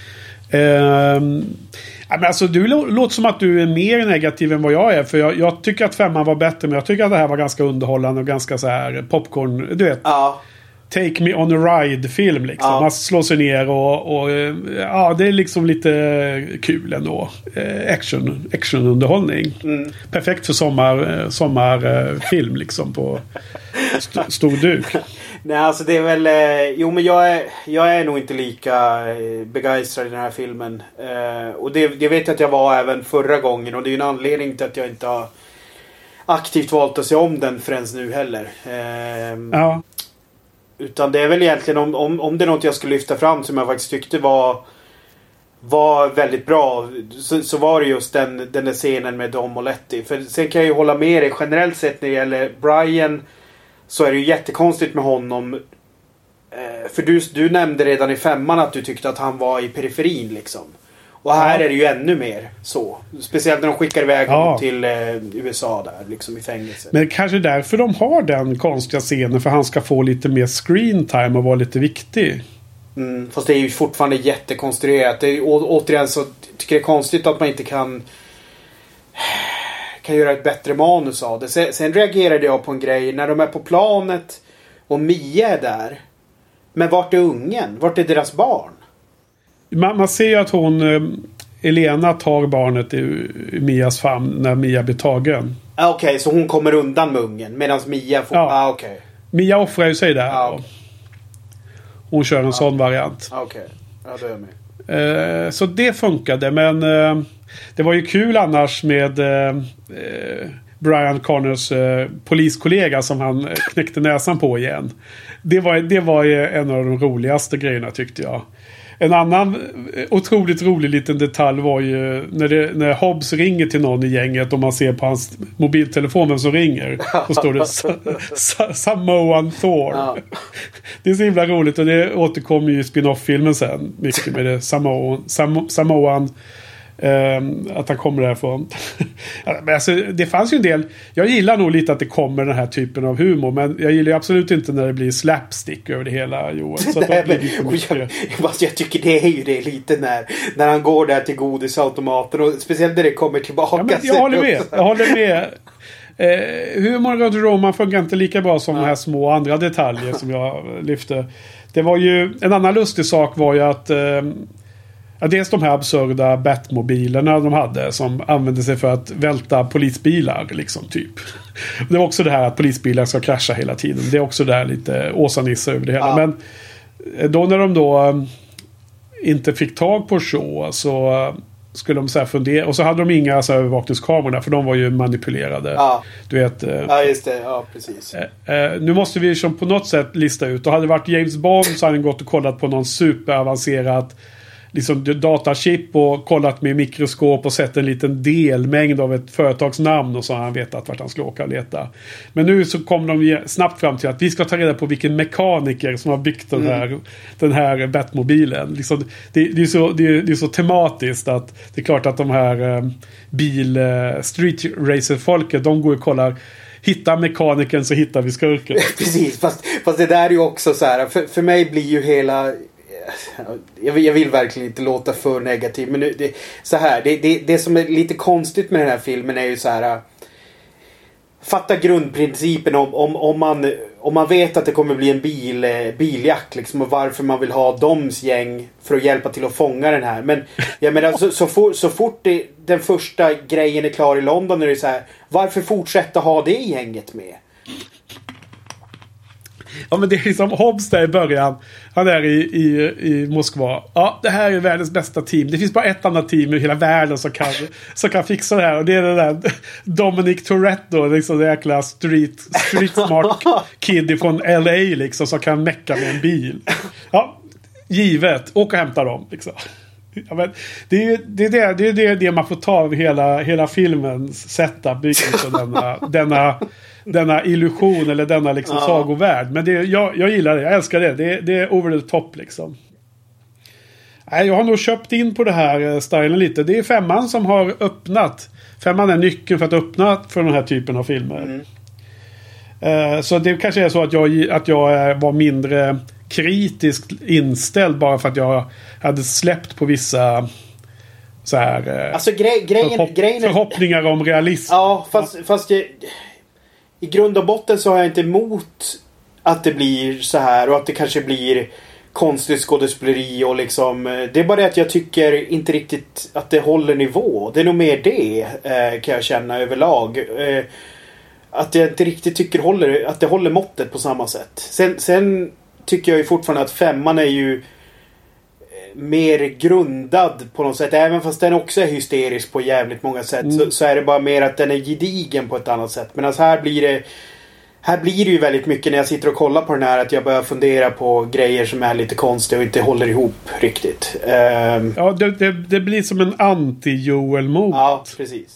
Men alltså, du låter som att du är mer negativ än vad jag är. För jag tycker att 5:an var bättre. Men jag tycker att det här var ganska underhållande och ganska så här popcorn. Du vet. Ja. Take me on a ride-film liksom. Ja. Man slår sig ner och det är liksom lite kul ändå. Actionunderhållning. Perfekt för sommarfilm liksom på stor duk. Nej, alltså det är väl... men jag är nog inte lika begeistrad i den här filmen. Och det vet jag att jag var även förra gången. Och det är ju en anledning till att jag inte har aktivt valt att se om den förrän nu heller. Ja. Utan det är väl egentligen om det är något jag skulle lyfta fram som jag faktiskt tyckte var väldigt bra, så var det just den där scenen med Dom och Letty. För sen kan jag ju hålla med dig generellt sett när det gäller Brian, så är det ju jättekonstigt med honom. För du nämnde redan i 5:an att du tyckte att han var i periferin liksom. Och här är det ju ännu mer så. Speciellt när de skickar iväg honom till USA där, liksom i fängelse. Men kanske därför de har den konstiga scenen, för han ska få lite mer screen time och vara lite viktig. Fast det är ju fortfarande jättekonstruerat. Det är, återigen så tycker jag det är konstigt att man inte kan göra ett bättre manus av det. Sen reagerade jag på en grej när de är på planet och Mia är där. Men vart är ungen? Vart är deras barn? Man ser ju att Elena tar barnet i Mias famn när Mia blir tagen. Okej, så hon kommer undan med ungen medan Mia får... okej. Mia offrar ju sig där. Hon kör en sån variant. Okej, då är jag med. Så det funkade, men det var ju kul annars med Brian Connors poliskollega som han knäckte näsan på igen. Det var ju en av de roligaste grejerna tyckte jag. En annan otroligt rolig liten detalj var ju när Hobbs ringer till någon i gänget och man ser på hans mobiltelefon vem som ringer. Så står det Samoan Thor. Ja. Det är så himla roligt och det återkommer ju i spin-off-filmen sen. Mycket med det Samoan Att han kommer därifrån. Men alltså, det fanns ju en del. Jag gillar nog lite att det kommer den här typen av humor. Men jag gillar absolut inte när det blir slapstick över det hela, Joel. Så att Nej, jag tycker det är ju det lite när han går där till godisautomaten. Och speciellt när det kommer tillbaka. Ja, men jag håller med. Humor runt Roman funkar inte lika bra som de här små andra detaljer som jag lyfte. Det var ju en annan lustig sak var ju att dels de här absurda Batmobilerna de hade som använde sig för att välta polisbilar liksom typ. Det var också det här att polisbilar ska krascha hela tiden. Det är också där lite åsanissa över det hela. Men då när de då inte fick tag på Shaw så skulle de så här fundera. Och så hade de inga så här övervakningskameror för de var ju manipulerade. Ja. Du vet. Ja, just det. Ja, precis. Nu måste vi som på något sätt lista ut. Och hade det varit James Bond så hade han gått och kollat på någon superavancerat liksom datachip och kollat med mikroskop och sett en liten delmängd av ett företagsnamn och så har han vetat vart han ska åka och leta. Men nu så kom de snabbt fram till att vi ska ta reda på vilken mekaniker som har byggt den här Batmobilen. Liksom, det är så tematiskt att det är klart att de här street racer-folket, de går och kollar. Hittar mekanikern så hittar vi skurken. Precis, fast det där är ju också så här, för mig blir ju hela... Jag vill verkligen inte låta för negativ, men det som är lite konstigt med den här filmen är ju så här: fatta grundprincipen om man vet att det kommer bli en biljakt liksom, och varför man vill ha doms gäng för att hjälpa till att fånga den här. Men jag menar, så fort den första grejen är klar i London är det så här: varför fortsätta ha det gänget med? Ja, men det är liksom Hobbs där i början. Han är i Moskva. Ja, det här är världens bästa team. Det finns bara ett annat team i hela världen som kan fixa det här. Och det är den där Dominic Toretto. Liksom det jäkla street smart kid från LA liksom, som kan mecka med en bil. Ja, givet. Åk och hämta dem liksom. Ja, men det är det man får ta av hela filmens setup. Denna illusion eller denna liksom sagovärld. Men jag gillar det. Jag älskar det. Det är over the top liksom. Nej, jag har nog köpt in på det här stilen lite. Det är 5:an som har öppnat. 5:an är nyckeln för att öppna för den här typen av filmer. Så det kanske är så att jag var mindre kritiskt inställd bara för att jag hade släppt på vissa så här alltså förhoppningar om realism. Ja, fast i grund och botten så har jag inte emot att det blir så här och att det kanske blir konstigt skådespeleri och liksom, det är bara det att jag tycker inte riktigt att det håller nivå. Det är nog mer det kan jag känna överlag. Att jag inte riktigt tycker att det håller måttet på samma sätt. Sen tycker jag ju fortfarande att 5:an är ju mer grundad på något sätt. Även fast den också är hysterisk på jävligt många sätt så är det bara mer att den är gedigen på ett annat sätt. Men alltså här blir det ju väldigt mycket när jag sitter och kollar på den här att jag börjar fundera på grejer som är lite konstiga och inte håller ihop riktigt. Ja, det blir som en anti-Joel-mot. Ja, precis.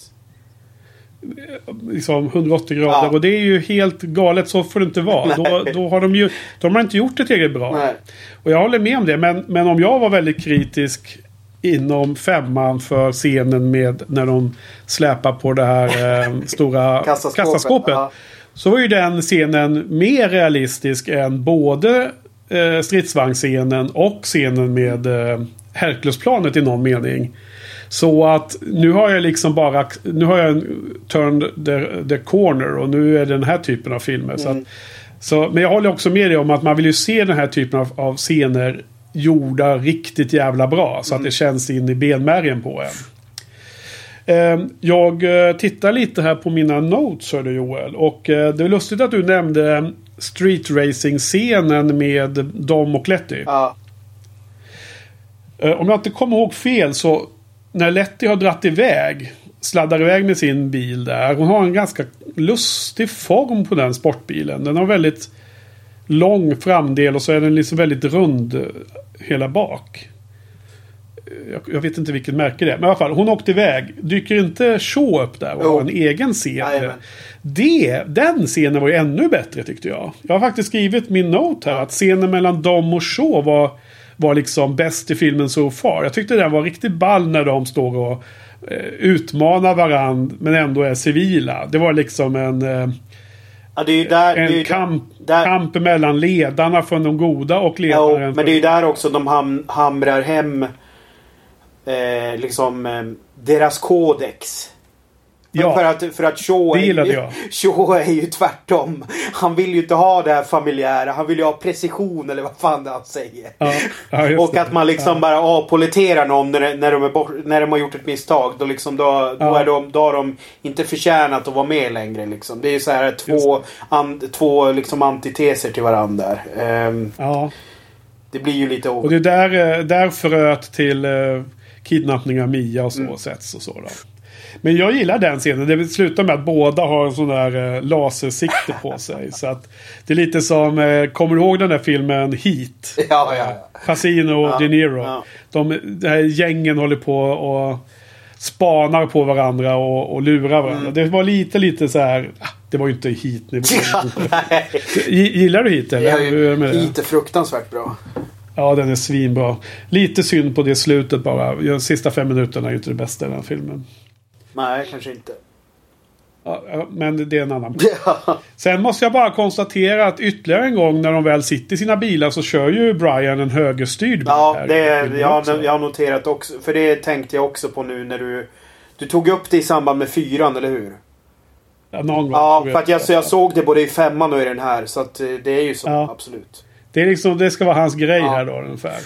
Liksom 180 grader. Och det är ju helt galet. Så får det inte vara. Då har de har inte gjort det tillräckligt bra. Nej. Och jag håller med om det. Men om jag var väldigt kritisk inom 5:an för scenen med när de släpar på det här stora kassaskåpet. Så var ju den scenen mer realistisk än både stridsvagnsscenen och scenen med Herkulesplanet i någon mening. Så att nu har jag liksom turned the corner och nu är det den här typen av filmer. Men jag håller också med dig om att man vill ju se den här typen av scener gjorda riktigt jävla bra så att det känns in i benmärgen på en. Jag tittar lite här på mina notes, hörde Joel, och det är lustigt att du nämnde street racing-scenen med Dom och Letty. Ja. Om jag inte kommer ihåg fel så när Letty har sladdar iväg med sin bil där. Hon har en ganska lustig form på den sportbilen. Den har väldigt lång framdel och så är den liksom väldigt rund hela bak. Jag vet inte vilket märke det är. Men i alla fall, hon åkte iväg. Dyker inte Shaw upp där och har en egen scen. Den scenen var ju ännu bättre tyckte jag. Jag har faktiskt skrivit min note här att scenen mellan Dom och Shaw var liksom bäst i filmen so far. Jag tyckte den var riktigt ball när de står och utmanar varandra men ändå är civila. Det var liksom en kamp mellan ledarna från de goda och ledarna. Ja, men det är ju där också de hamrar hem deras kodex. Ja, för att Shaw är ju tvärtom. Han vill ju inte ha det här familjära. Han vill ju ha precision eller vad fan det han säger. Ja, och att man liksom bara avpoliterar någon när de har gjort ett misstag. Då har de inte förtjänat att vara med längre. Liksom. Det är ju så här två liksom antiteser till varandra. Det blir ju lite... Och det är där fröet till kidnappning av Mia och så sätts och så då. Men jag gillar den scenen. Det slutar med att båda har en sån där lasersikte på sig. Så att det är lite som... kommer du ihåg den där filmen Heat? Ja. Pacino och De Niro. Ja. Det här gängen håller på och spanar på varandra och lurar varandra. Det var lite så här... Det var ju inte Heat. Gillar du Heat? Eller? Heat är fruktansvärt bra. Ja, den är svinbra. Lite synd på det slutet bara. De sista 5 minuterna är ju inte det bästa i den här filmen. Nej, kanske inte. Ja, men det är en annan. Sen måste jag bara konstatera att ytterligare en gång när de väl sitter i sina bilar så kör ju Brian en högerstyrd bil. Ja, jag har noterat också. För det tänkte jag också på nu när du tog upp det i samband med 4, eller hur? Ja, någon gång. Ja, för att jag såg det både i 5 och i den här. Så att det är ju så, absolut. Det är liksom, det ska vara hans grej här då ungefär.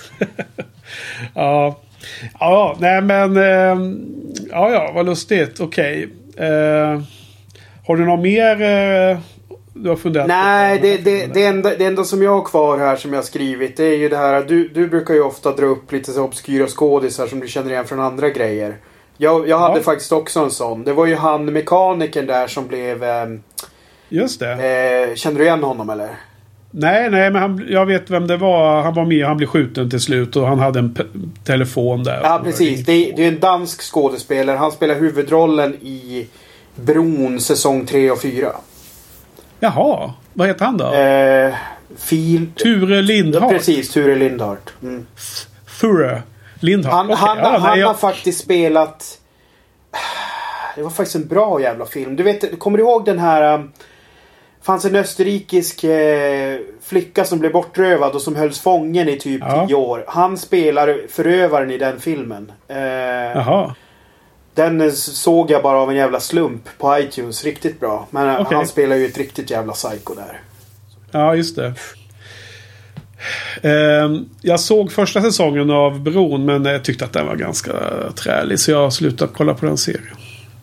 Ja, nej men... vad lustigt. Okej. Har du något mer du har funderat på? Nej, det enda som jag har kvar här som jag har skrivit, det är ju det här. Du brukar ju ofta dra upp lite så obskyra skådisar som du känner igen från andra grejer. Jag hade faktiskt också en sån. Det var ju han mekanikern där som blev... Just det. Känner du igen honom eller? Nej, men jag vet vem det var. Han var med, han blev skjuten till slut och han hade en telefon där. Ja, precis. Det är en dansk skådespelare. Han spelar huvudrollen i Bron säsong 3 och 4. Jaha, vad heter han då? Ture Lindhart. Ja, precis, Ture Lindhart. Ture Lindhart. Han har faktiskt spelat... Det var faktiskt en bra jävla film. Du vet, kommer du ihåg den här... fanns en österrikisk flicka som blev bortrövad och som hölls fången i typ 10 år. Han spelar förövaren i den filmen. Jaha. Den såg jag bara av en jävla slump på iTunes. Riktigt bra. Men han spelar ju ett riktigt jävla psycho där. Ja, just det. Jag såg första säsongen av Bron, men jag tyckte att den var ganska trälig. Så jag slutade kolla på den serien.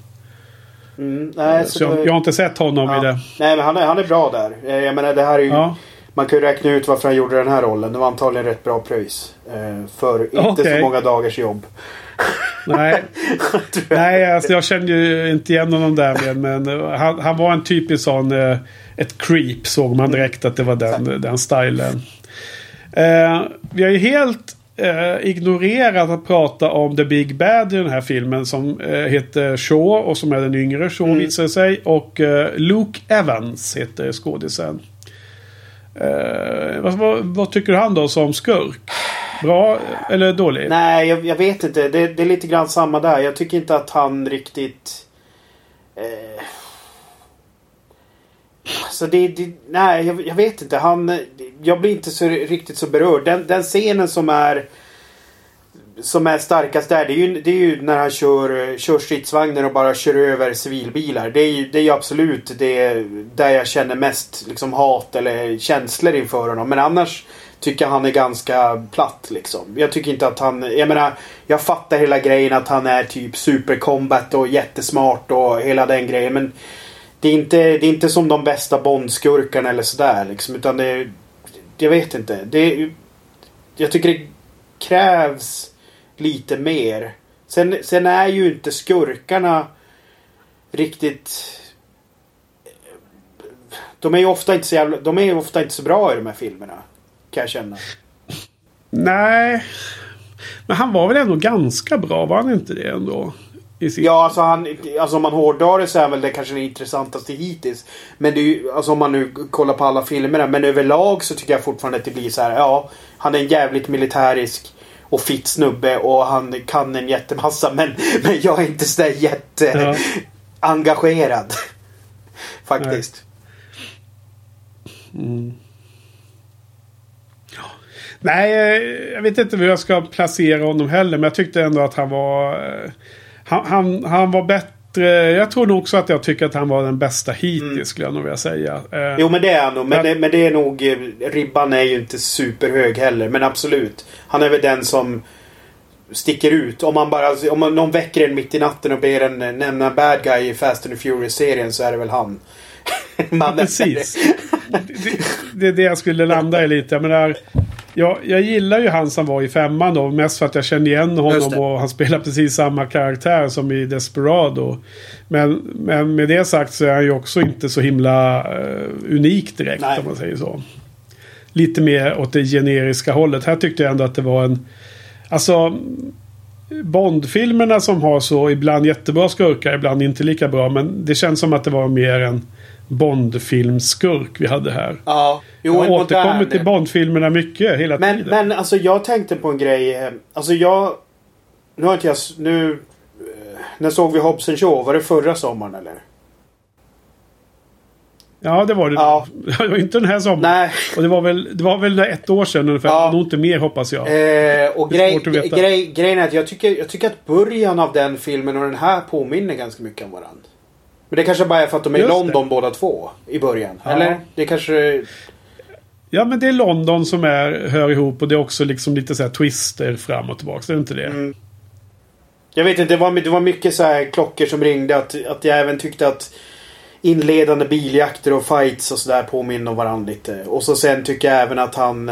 Nej, så jag har inte sett honom i det. Nej, men han är bra där. Jag menar, det här är ju... Man kan ju räkna ut varför han gjorde den här rollen. Det var antagligen rätt bra pröjs. För inte så många dagars jobb. Nej, alltså jag kände ju inte igen honom där. Men han var en typisk sån... ett creep, såg man direkt att det var den stilen. Vi har ju helt... ignorerat att prata om The Big Bad i den här filmen som heter Shaw och som är den yngre Shaw visar sig, och Luke Evans heter skådisen. Vad tycker du han då som skurk? Bra eller dålig? Nej, jag vet inte. Det är lite grann samma där. Jag tycker inte att han riktigt... Så nej, jag vet inte. Jag blir inte så riktigt så berörd. Den scenen som är starkast där, det är ju när han kör stridsvagnen och bara kör över civilbilar. Det är ju absolut det där jag känner mest liksom hat eller känslor inför honom. Men annars tycker jag han är ganska platt liksom. Jag tycker inte att jag fattar hela grejen att han är typ supercombat och jättesmart och hela den grejen, men det är inte som de bästa Bond-skurkarna eller sådär liksom, utan jag vet inte. Jag tycker det krävs lite mer. Sen är ju inte skurkarna riktigt... De är ju ofta inte så bra i de här filmerna, kan jag känna. Nej. Men han var väl ändå ganska bra, var han inte det ändå? Ja, alltså om man hårdrar det så är väl det kanske det intressantaste hittills. Men det är ju, alltså om man nu kollar på alla filmerna. Men överlag så tycker jag fortfarande att det blir så här. Ja, han är en jävligt militärisk och fitt snubbe. Och han kan en jättemassa. Men jag är inte så där engagerad. Faktiskt. Nej, jag vet inte hur jag ska placera honom heller. Men jag tyckte ändå att han var... Han var bättre. Jag tror nog också att jag tycker att han var den bästa hittills, skulle jag nog vilja säga. Jo, men det är han nog. Men det är nog... Ribban är ju inte superhög heller. Men absolut. Han är väl den som sticker ut. Om någon väcker en mitt i natten och ber en nämna bad guy i Fast and the Furious-serien, så är det väl han. Precis. Det är det jag skulle landa i lite. Jag menar... Jag gillar ju han som var i 5:an då. Mest för att jag känner igen honom och han spelar precis samma karaktär som i Desperado. Men med det sagt så är han ju också inte så himla unik direkt. Nej. Om man säger så. Lite mer åt det generiska hållet. Här tyckte jag ändå att det var en... Alltså... Bond-filmerna som har så ibland jättebra skurkar, ibland inte lika bra. Men det känns som att det var mer en Bond-filmskurk vi hade här. Ja. Jo, jag återkommer till Bond-filmerna mycket hela tiden. Men alltså jag tänkte på en grej. Alltså när såg vi Hobbs & Shaw? Var det förra sommaren eller? Ja, det var det. Ja. Det var inte den här sommaren. Nej. Och det var väl 1 år sedan ungefär. Ja. Nog inte mer, hoppas jag. Och grejen är att jag tycker att början av den filmen och den här påminner ganska mycket om varandra. Men det kanske bara är för att de är i London båda två i början. Ja. Eller? Det kanske... Ja, men det är London som hör ihop. Och det är också liksom lite så här twister fram och tillbaka. Det är inte det? Mm. Jag vet inte, det var mycket så här klockor som ringde. Att jag även tyckte att inledande biljakter och fights och sådär påminner om varandra lite. Och så sen tycker jag även att han...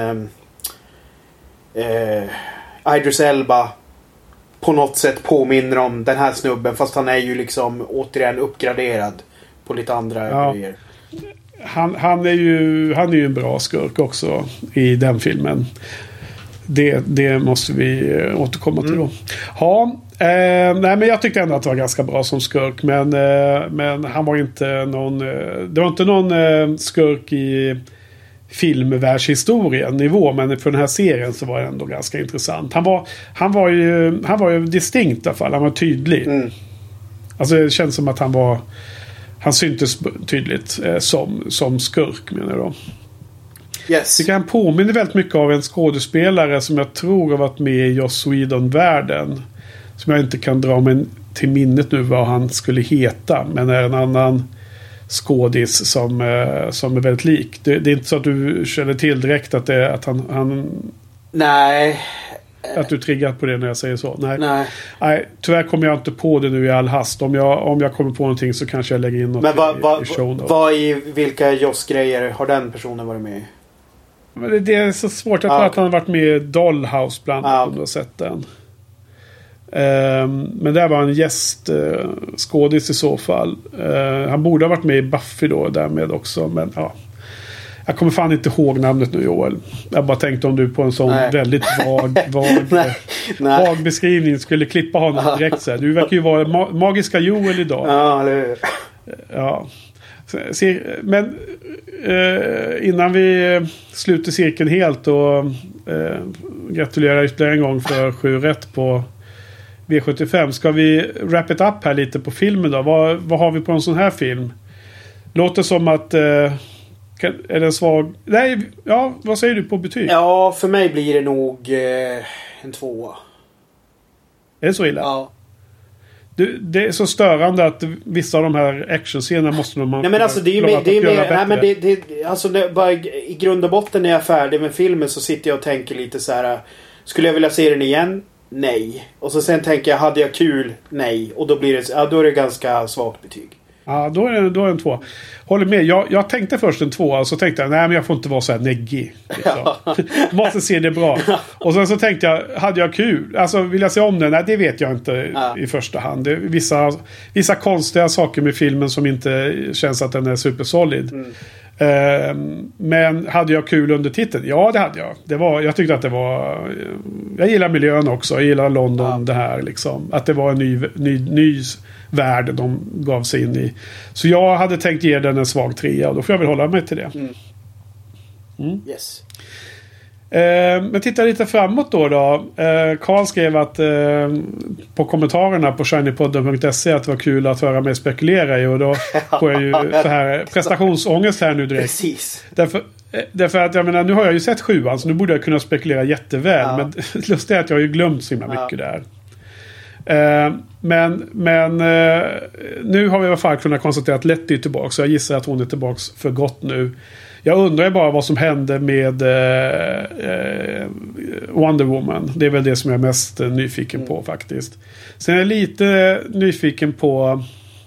Idris Elba på något sätt påminner om den här snubben. Fast han är ju liksom återigen uppgraderad på lite andra grejer. Han är ju en bra skurk också i den filmen. Det måste vi återkomma till då. Ja, nej, men jag tyckte ändå att det var ganska bra som skurk. Men han var inte någon... Det var inte någon skurk i filmvärldshistorien nivå. Men för den här serien så var det ändå ganska intressant. Han var ju distinkt i alla fall. Han var tydlig. Alltså det känns som att han syntes tydligt som skurk, menar jag då. Yes. Det kan påminna väldigt mycket av en skådespelare som jag tror har varit med i Joss Whedon-världen. Som jag inte kan dra mig till minnet nu vad han skulle heta. Men är en annan skådis som är väldigt lik. Det är inte så att du känner till direkt att han... Nej. Att du triggar på det när jag säger så. Nej, tyvärr kommer jag inte på det nu i all hast. Om jag kommer på någonting så kanske jag lägger in något i show. Vilka Joss-grejer har den personen varit med i? Men det är så svårt. Jag tror att han har varit med i Dollhouse bland annat, om du har sett den. Men där var en gästskådis i så fall. Han borde ha varit med i Buffy då därmed också. Men ja. Jag kommer fan inte ihåg namnet nu, Joel. Jag bara tänkte om du på en sån väldigt vag beskrivning skulle klippa honom direkt. Så här. Du verkar ju vara magiska Joel idag. Ja, eller... Ja. Men innan vi sluter cirkeln helt och gratulerar ytterligare en gång för 7 rätt på V75. Ska vi wrap it up här lite på filmen då? Vad har vi på en sån här film? Låter som att är det svag... Nej, ja, vad säger du på betyg? Ja, för mig blir det nog en 2. Är det så illa? Ja. Det är så störande att vissa av de här actionscenerna måste man... Nej, men alltså det är mer... Nej, men alltså bara i grund och botten när jag är färdig med filmen så sitter jag och tänker lite så här: skulle jag vilja se den igen? Nej. Och så sen tänker jag, hade jag kul? Nej. Och då blir det, då är det ganska svagt betyg. Ja, då är det en 2. Håller med. Jag tänkte först en 2 och så tänkte jag, nej men jag får inte vara så här neggig. Liksom. Måste se det bra. Och sen så tänkte jag, hade jag kul? Alltså vill jag se om den? Nej, det vet jag inte i första hand. Det är vissa konstiga saker med filmen som inte känns att den är supersolid. Men hade jag kul under titeln? Ja, det hade jag. Jag tyckte att det var... Jag gillar miljön också. Jag gillar London, det här liksom. Att det var en ny värld de gav sig in i. Så jag hade tänkt ge den en svag 3 och då får jag väl hålla mig till det. Yes. Men titta lite framåt då. Carl skrev att på kommentarerna på shinypodden.se att det var kul att höra mig spekulera i, och då får jag ju så här prestationsångest här nu direkt. Precis. Därför att jag menar, nu har jag ju sett 7:an, så nu borde jag kunna spekulera jätteväl. Men lustigt är att jag har ju glömt så himla mycket där. Men nu har vi i alla fall kunnat konstatera att Letty är tillbaka, så jag gissar att hon är tillbaka för gott nu. Jag undrar bara vad som hände med Wonder Woman. Det är väl det som jag är mest nyfiken på faktiskt. Sen är jag lite nyfiken på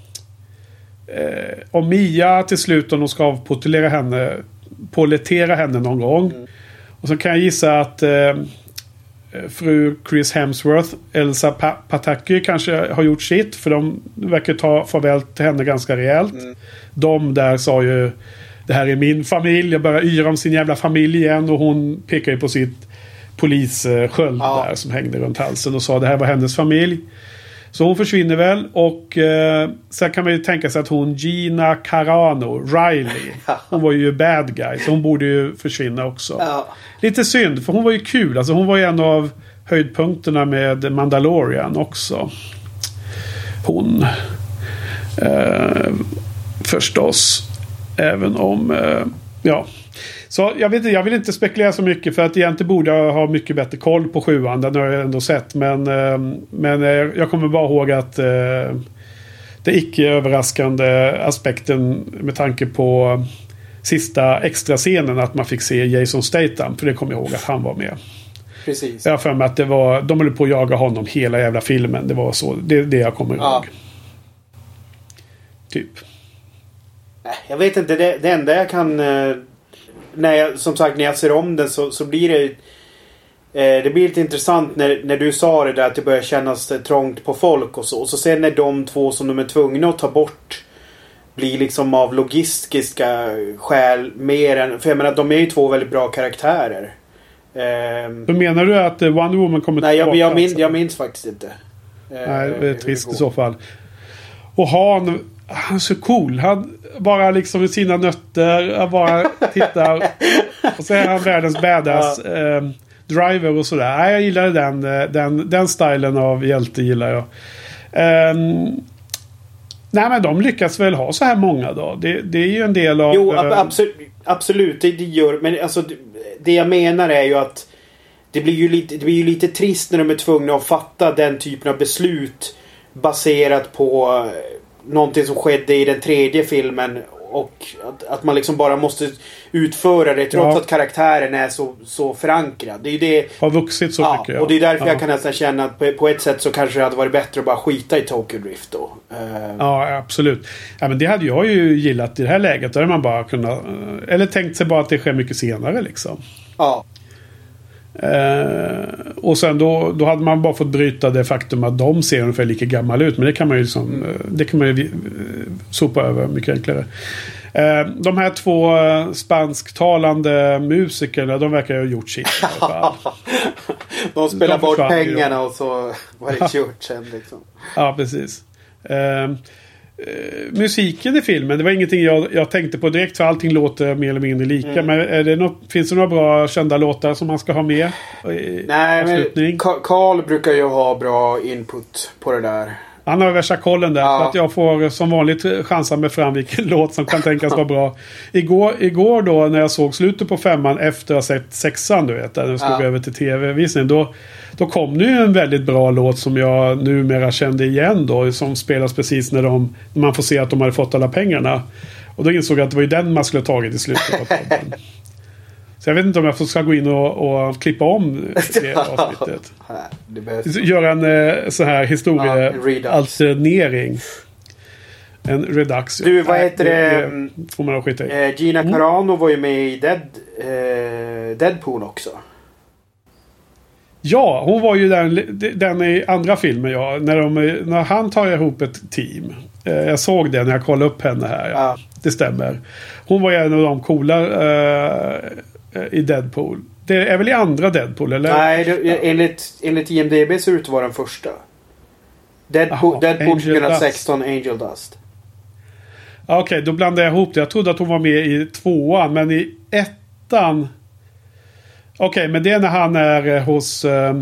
om Mia till slut, om de ska pollettera henne någon gång. Och så kan jag gissa att fru Chris Hemsworth, Elsa Pataki, kanske har gjort sitt, för de verkar ta farväl till henne ganska rejält. De där sa ju: det här är min familj. Jag börjar yra om sin jävla familj igen. Och hon pekar ju på sitt polissköld där som hängde runt halsen och sa det här var hennes familj. Så hon försvinner väl. Och sen kan man ju tänka sig att hon Gina Carano, Riley, hon var ju bad guy. Så hon borde ju försvinna också. Lite synd, för hon var ju kul. Alltså hon var ju en av höjdpunkterna med Mandalorian också. Hon. Förstås. Även om... Så jag vill inte spekulera så mycket, för att egentligen borde jag ha mycket bättre koll på 7:an. Den har jag ändå sett. Men jag kommer bara ihåg att det icke-överraskande aspekten med tanke på sista extra scenen, att man fick se Jason Statham. För det kommer jag ihåg att han var med. Precis. Jag har för mig att de höll på att jaga honom hela jävla filmen. Det var så. Det är det jag kommer ihåg. Typ. Jag vet inte, det enda jag kan när jag ser om den så blir det blir lite intressant när du sa det där, att det börjar kännas trångt på folk och så sen när de två som de är tvungna att ta bort blir liksom av logistiska skäl mer än, för jag menar, de är ju två väldigt bra karaktärer. Då menar du att Wonder Woman kommer tillbaka? Nej, jag minns faktiskt inte. Nej, det är trist i så fall. Och han är så cool. Han bara liksom med sina nötter bara tittar. Och så är han världens badass driver och sådär. Nej, jag gillar den stilen av hjälte gillar jag. Nej, men de lyckas väl ha så här många då. Det är ju en del av... Jo, absolut. Det gör... Men alltså, det jag menar är ju att det blir ju lite trist när de är tvungna att fatta den typen av beslut baserat på någonting som skedde i den tredje filmen, och att man liksom bara måste utföra det trots att karaktären är så förankrad. Det är ju det, har vuxit så mycket. Och det är därför jag kan nästan känna att på ett sätt så kanske det hade varit bättre att bara skita i Tokyo Drift då. Ja, absolut. Ja, men det hade jag ju gillat i det här läget. Där man bara kunnat, eller tänkt sig bara att det sker mycket senare liksom. Ja. Och sen då hade man bara fått bryta det faktum att de ser ungefär lika gammal ut, men det kan man ju liksom, det kan man ju sopa över mycket enklare. De här två spansktalande musikerna, de verkar ju ha gjort sitt i alla fall. De spelar bort pengarna och så var det kört sen liksom. Ja, precis. Musiken i filmen, det var ingenting jag tänkte på direkt, för allting låter mer eller mindre lika. Men finns det några bra kända låtar som man ska ha med? Nej, men Carl brukar ju ha bra input på det där. Han har värsta kollen där. För att jag får som vanligt chansa mig fram vilken låt som kan tänkas vara bra. Igår då när jag såg slutet på 5:an efter att ha sett 6:an, du vet, där den skulle gå över till tv-visningen, då kom det ju en väldigt bra låt som jag numera kände igen då, som spelas precis när man får se att de hade fått alla pengarna. Och då insåg jag att det var ju den man skulle ha tagit i slutet av podden. Så jag vet inte om jag ska gå in och klippa om det avsnittet. Göra en så här historiealternering. En redux. Du, vad heter det? Får man skita i. Gina Carano var ju med i Deadpool också. Ja, hon var ju den i andra filmen, när han tar ihop ett team. Jag såg det när jag kollade upp henne här. det stämmer. Hon var en av de coola i Deadpool. Det är väl i andra Deadpool, eller? Nej, enligt IMDb ser det ut att vara den första. Deadpool 2016, Angel Dust. Okej, då blandade jag ihop det. Jag trodde att hon var med i 2:an, men i 1:an... Okej, men det är när han är hos...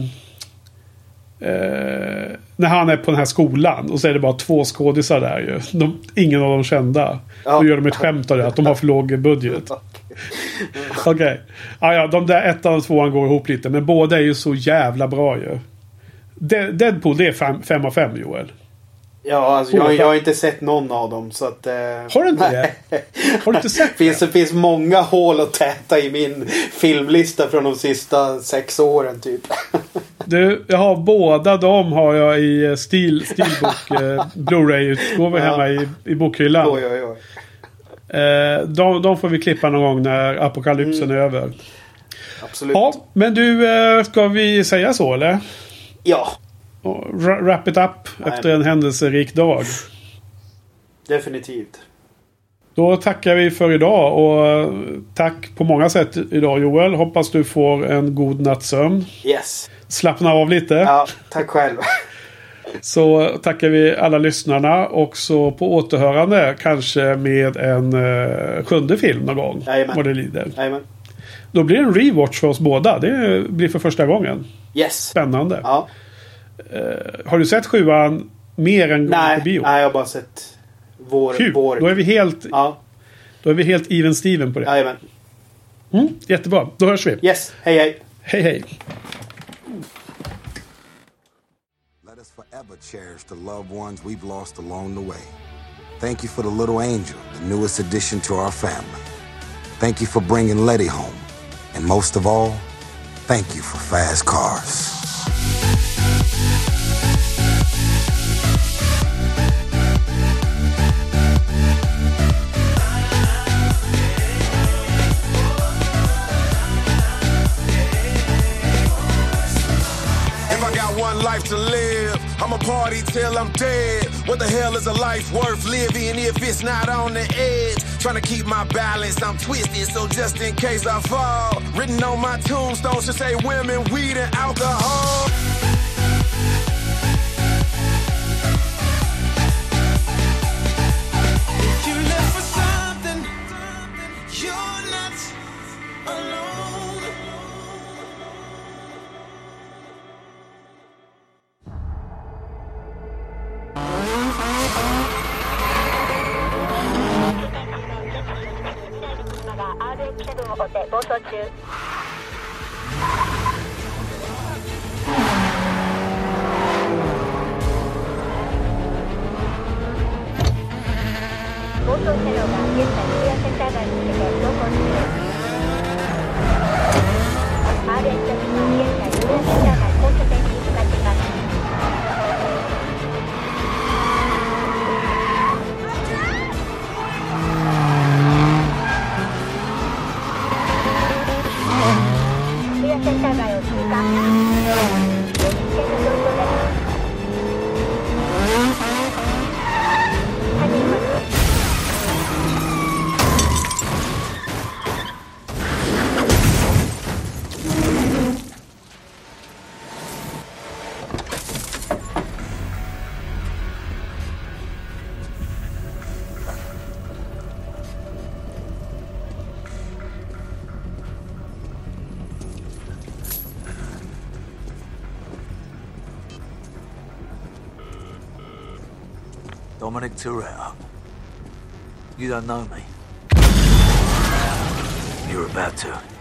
när han är på den här skolan och så är det bara 2 skådisar där ju. Ingen av dem kända. Ja. Då gör de ett skämt av det, att de har för låg budget. Okej. Ja, de där 1:an och 2:an går ihop lite, men båda är ju så jävla bra ju. Deadpool, det är 5 av 5, Joel. Ja, alltså, jag har inte sett någon av dem, så att... Har du inte det? Har du inte sett det? Finns många hål att täta i min filmlista från de sista 6 åren, typ. Du, jag har båda dem har jag i Steelbook Blu-ray-utgåvor hemma i bokhyllan. Oj. De får vi klippa någon gång när apokalypsen är över. Absolut. Ja, men du, ska vi säga så, eller? Ja. Wrap it up efter en händelserik dag. Definitivt. Då tackar vi för idag och tack på många sätt idag, Joel. Hoppas du får en god nattsömn. Yes. Slappna av lite. Ja, tack själv. Så tackar vi alla lyssnarna och så på återhörande kanske med en 7:e film någon gång. Jajamän. Vad det lider. Jajamän. Då blir det en rewatch för oss båda. Det blir för första gången. Yes. Spännande. Ja. Har du sett 7:an mer än gång på bio? Nej, jag har bara sett vår. Då är vi helt... Ja. Då är vi helt even Steven på det. Jajamän. Jättebra. Då hörs vi. Yes. Hej. Hej. Let us forever cherish the loved ones we've lost along the way. Thank you for the little angel, the newest addition to our family. Thank you for bringing Letty home. And most of all, thank you for fast cars. One life to live, I'ma party till I'm dead. What the hell is a life worth living if it's not on the edge? Trying to keep my balance, I'm twisted, so just in case I fall. Written on my tombstone should say women, weed and alcohol. If you live for something, you're not alone. Dominic Toretto. You don't know me. You're about to.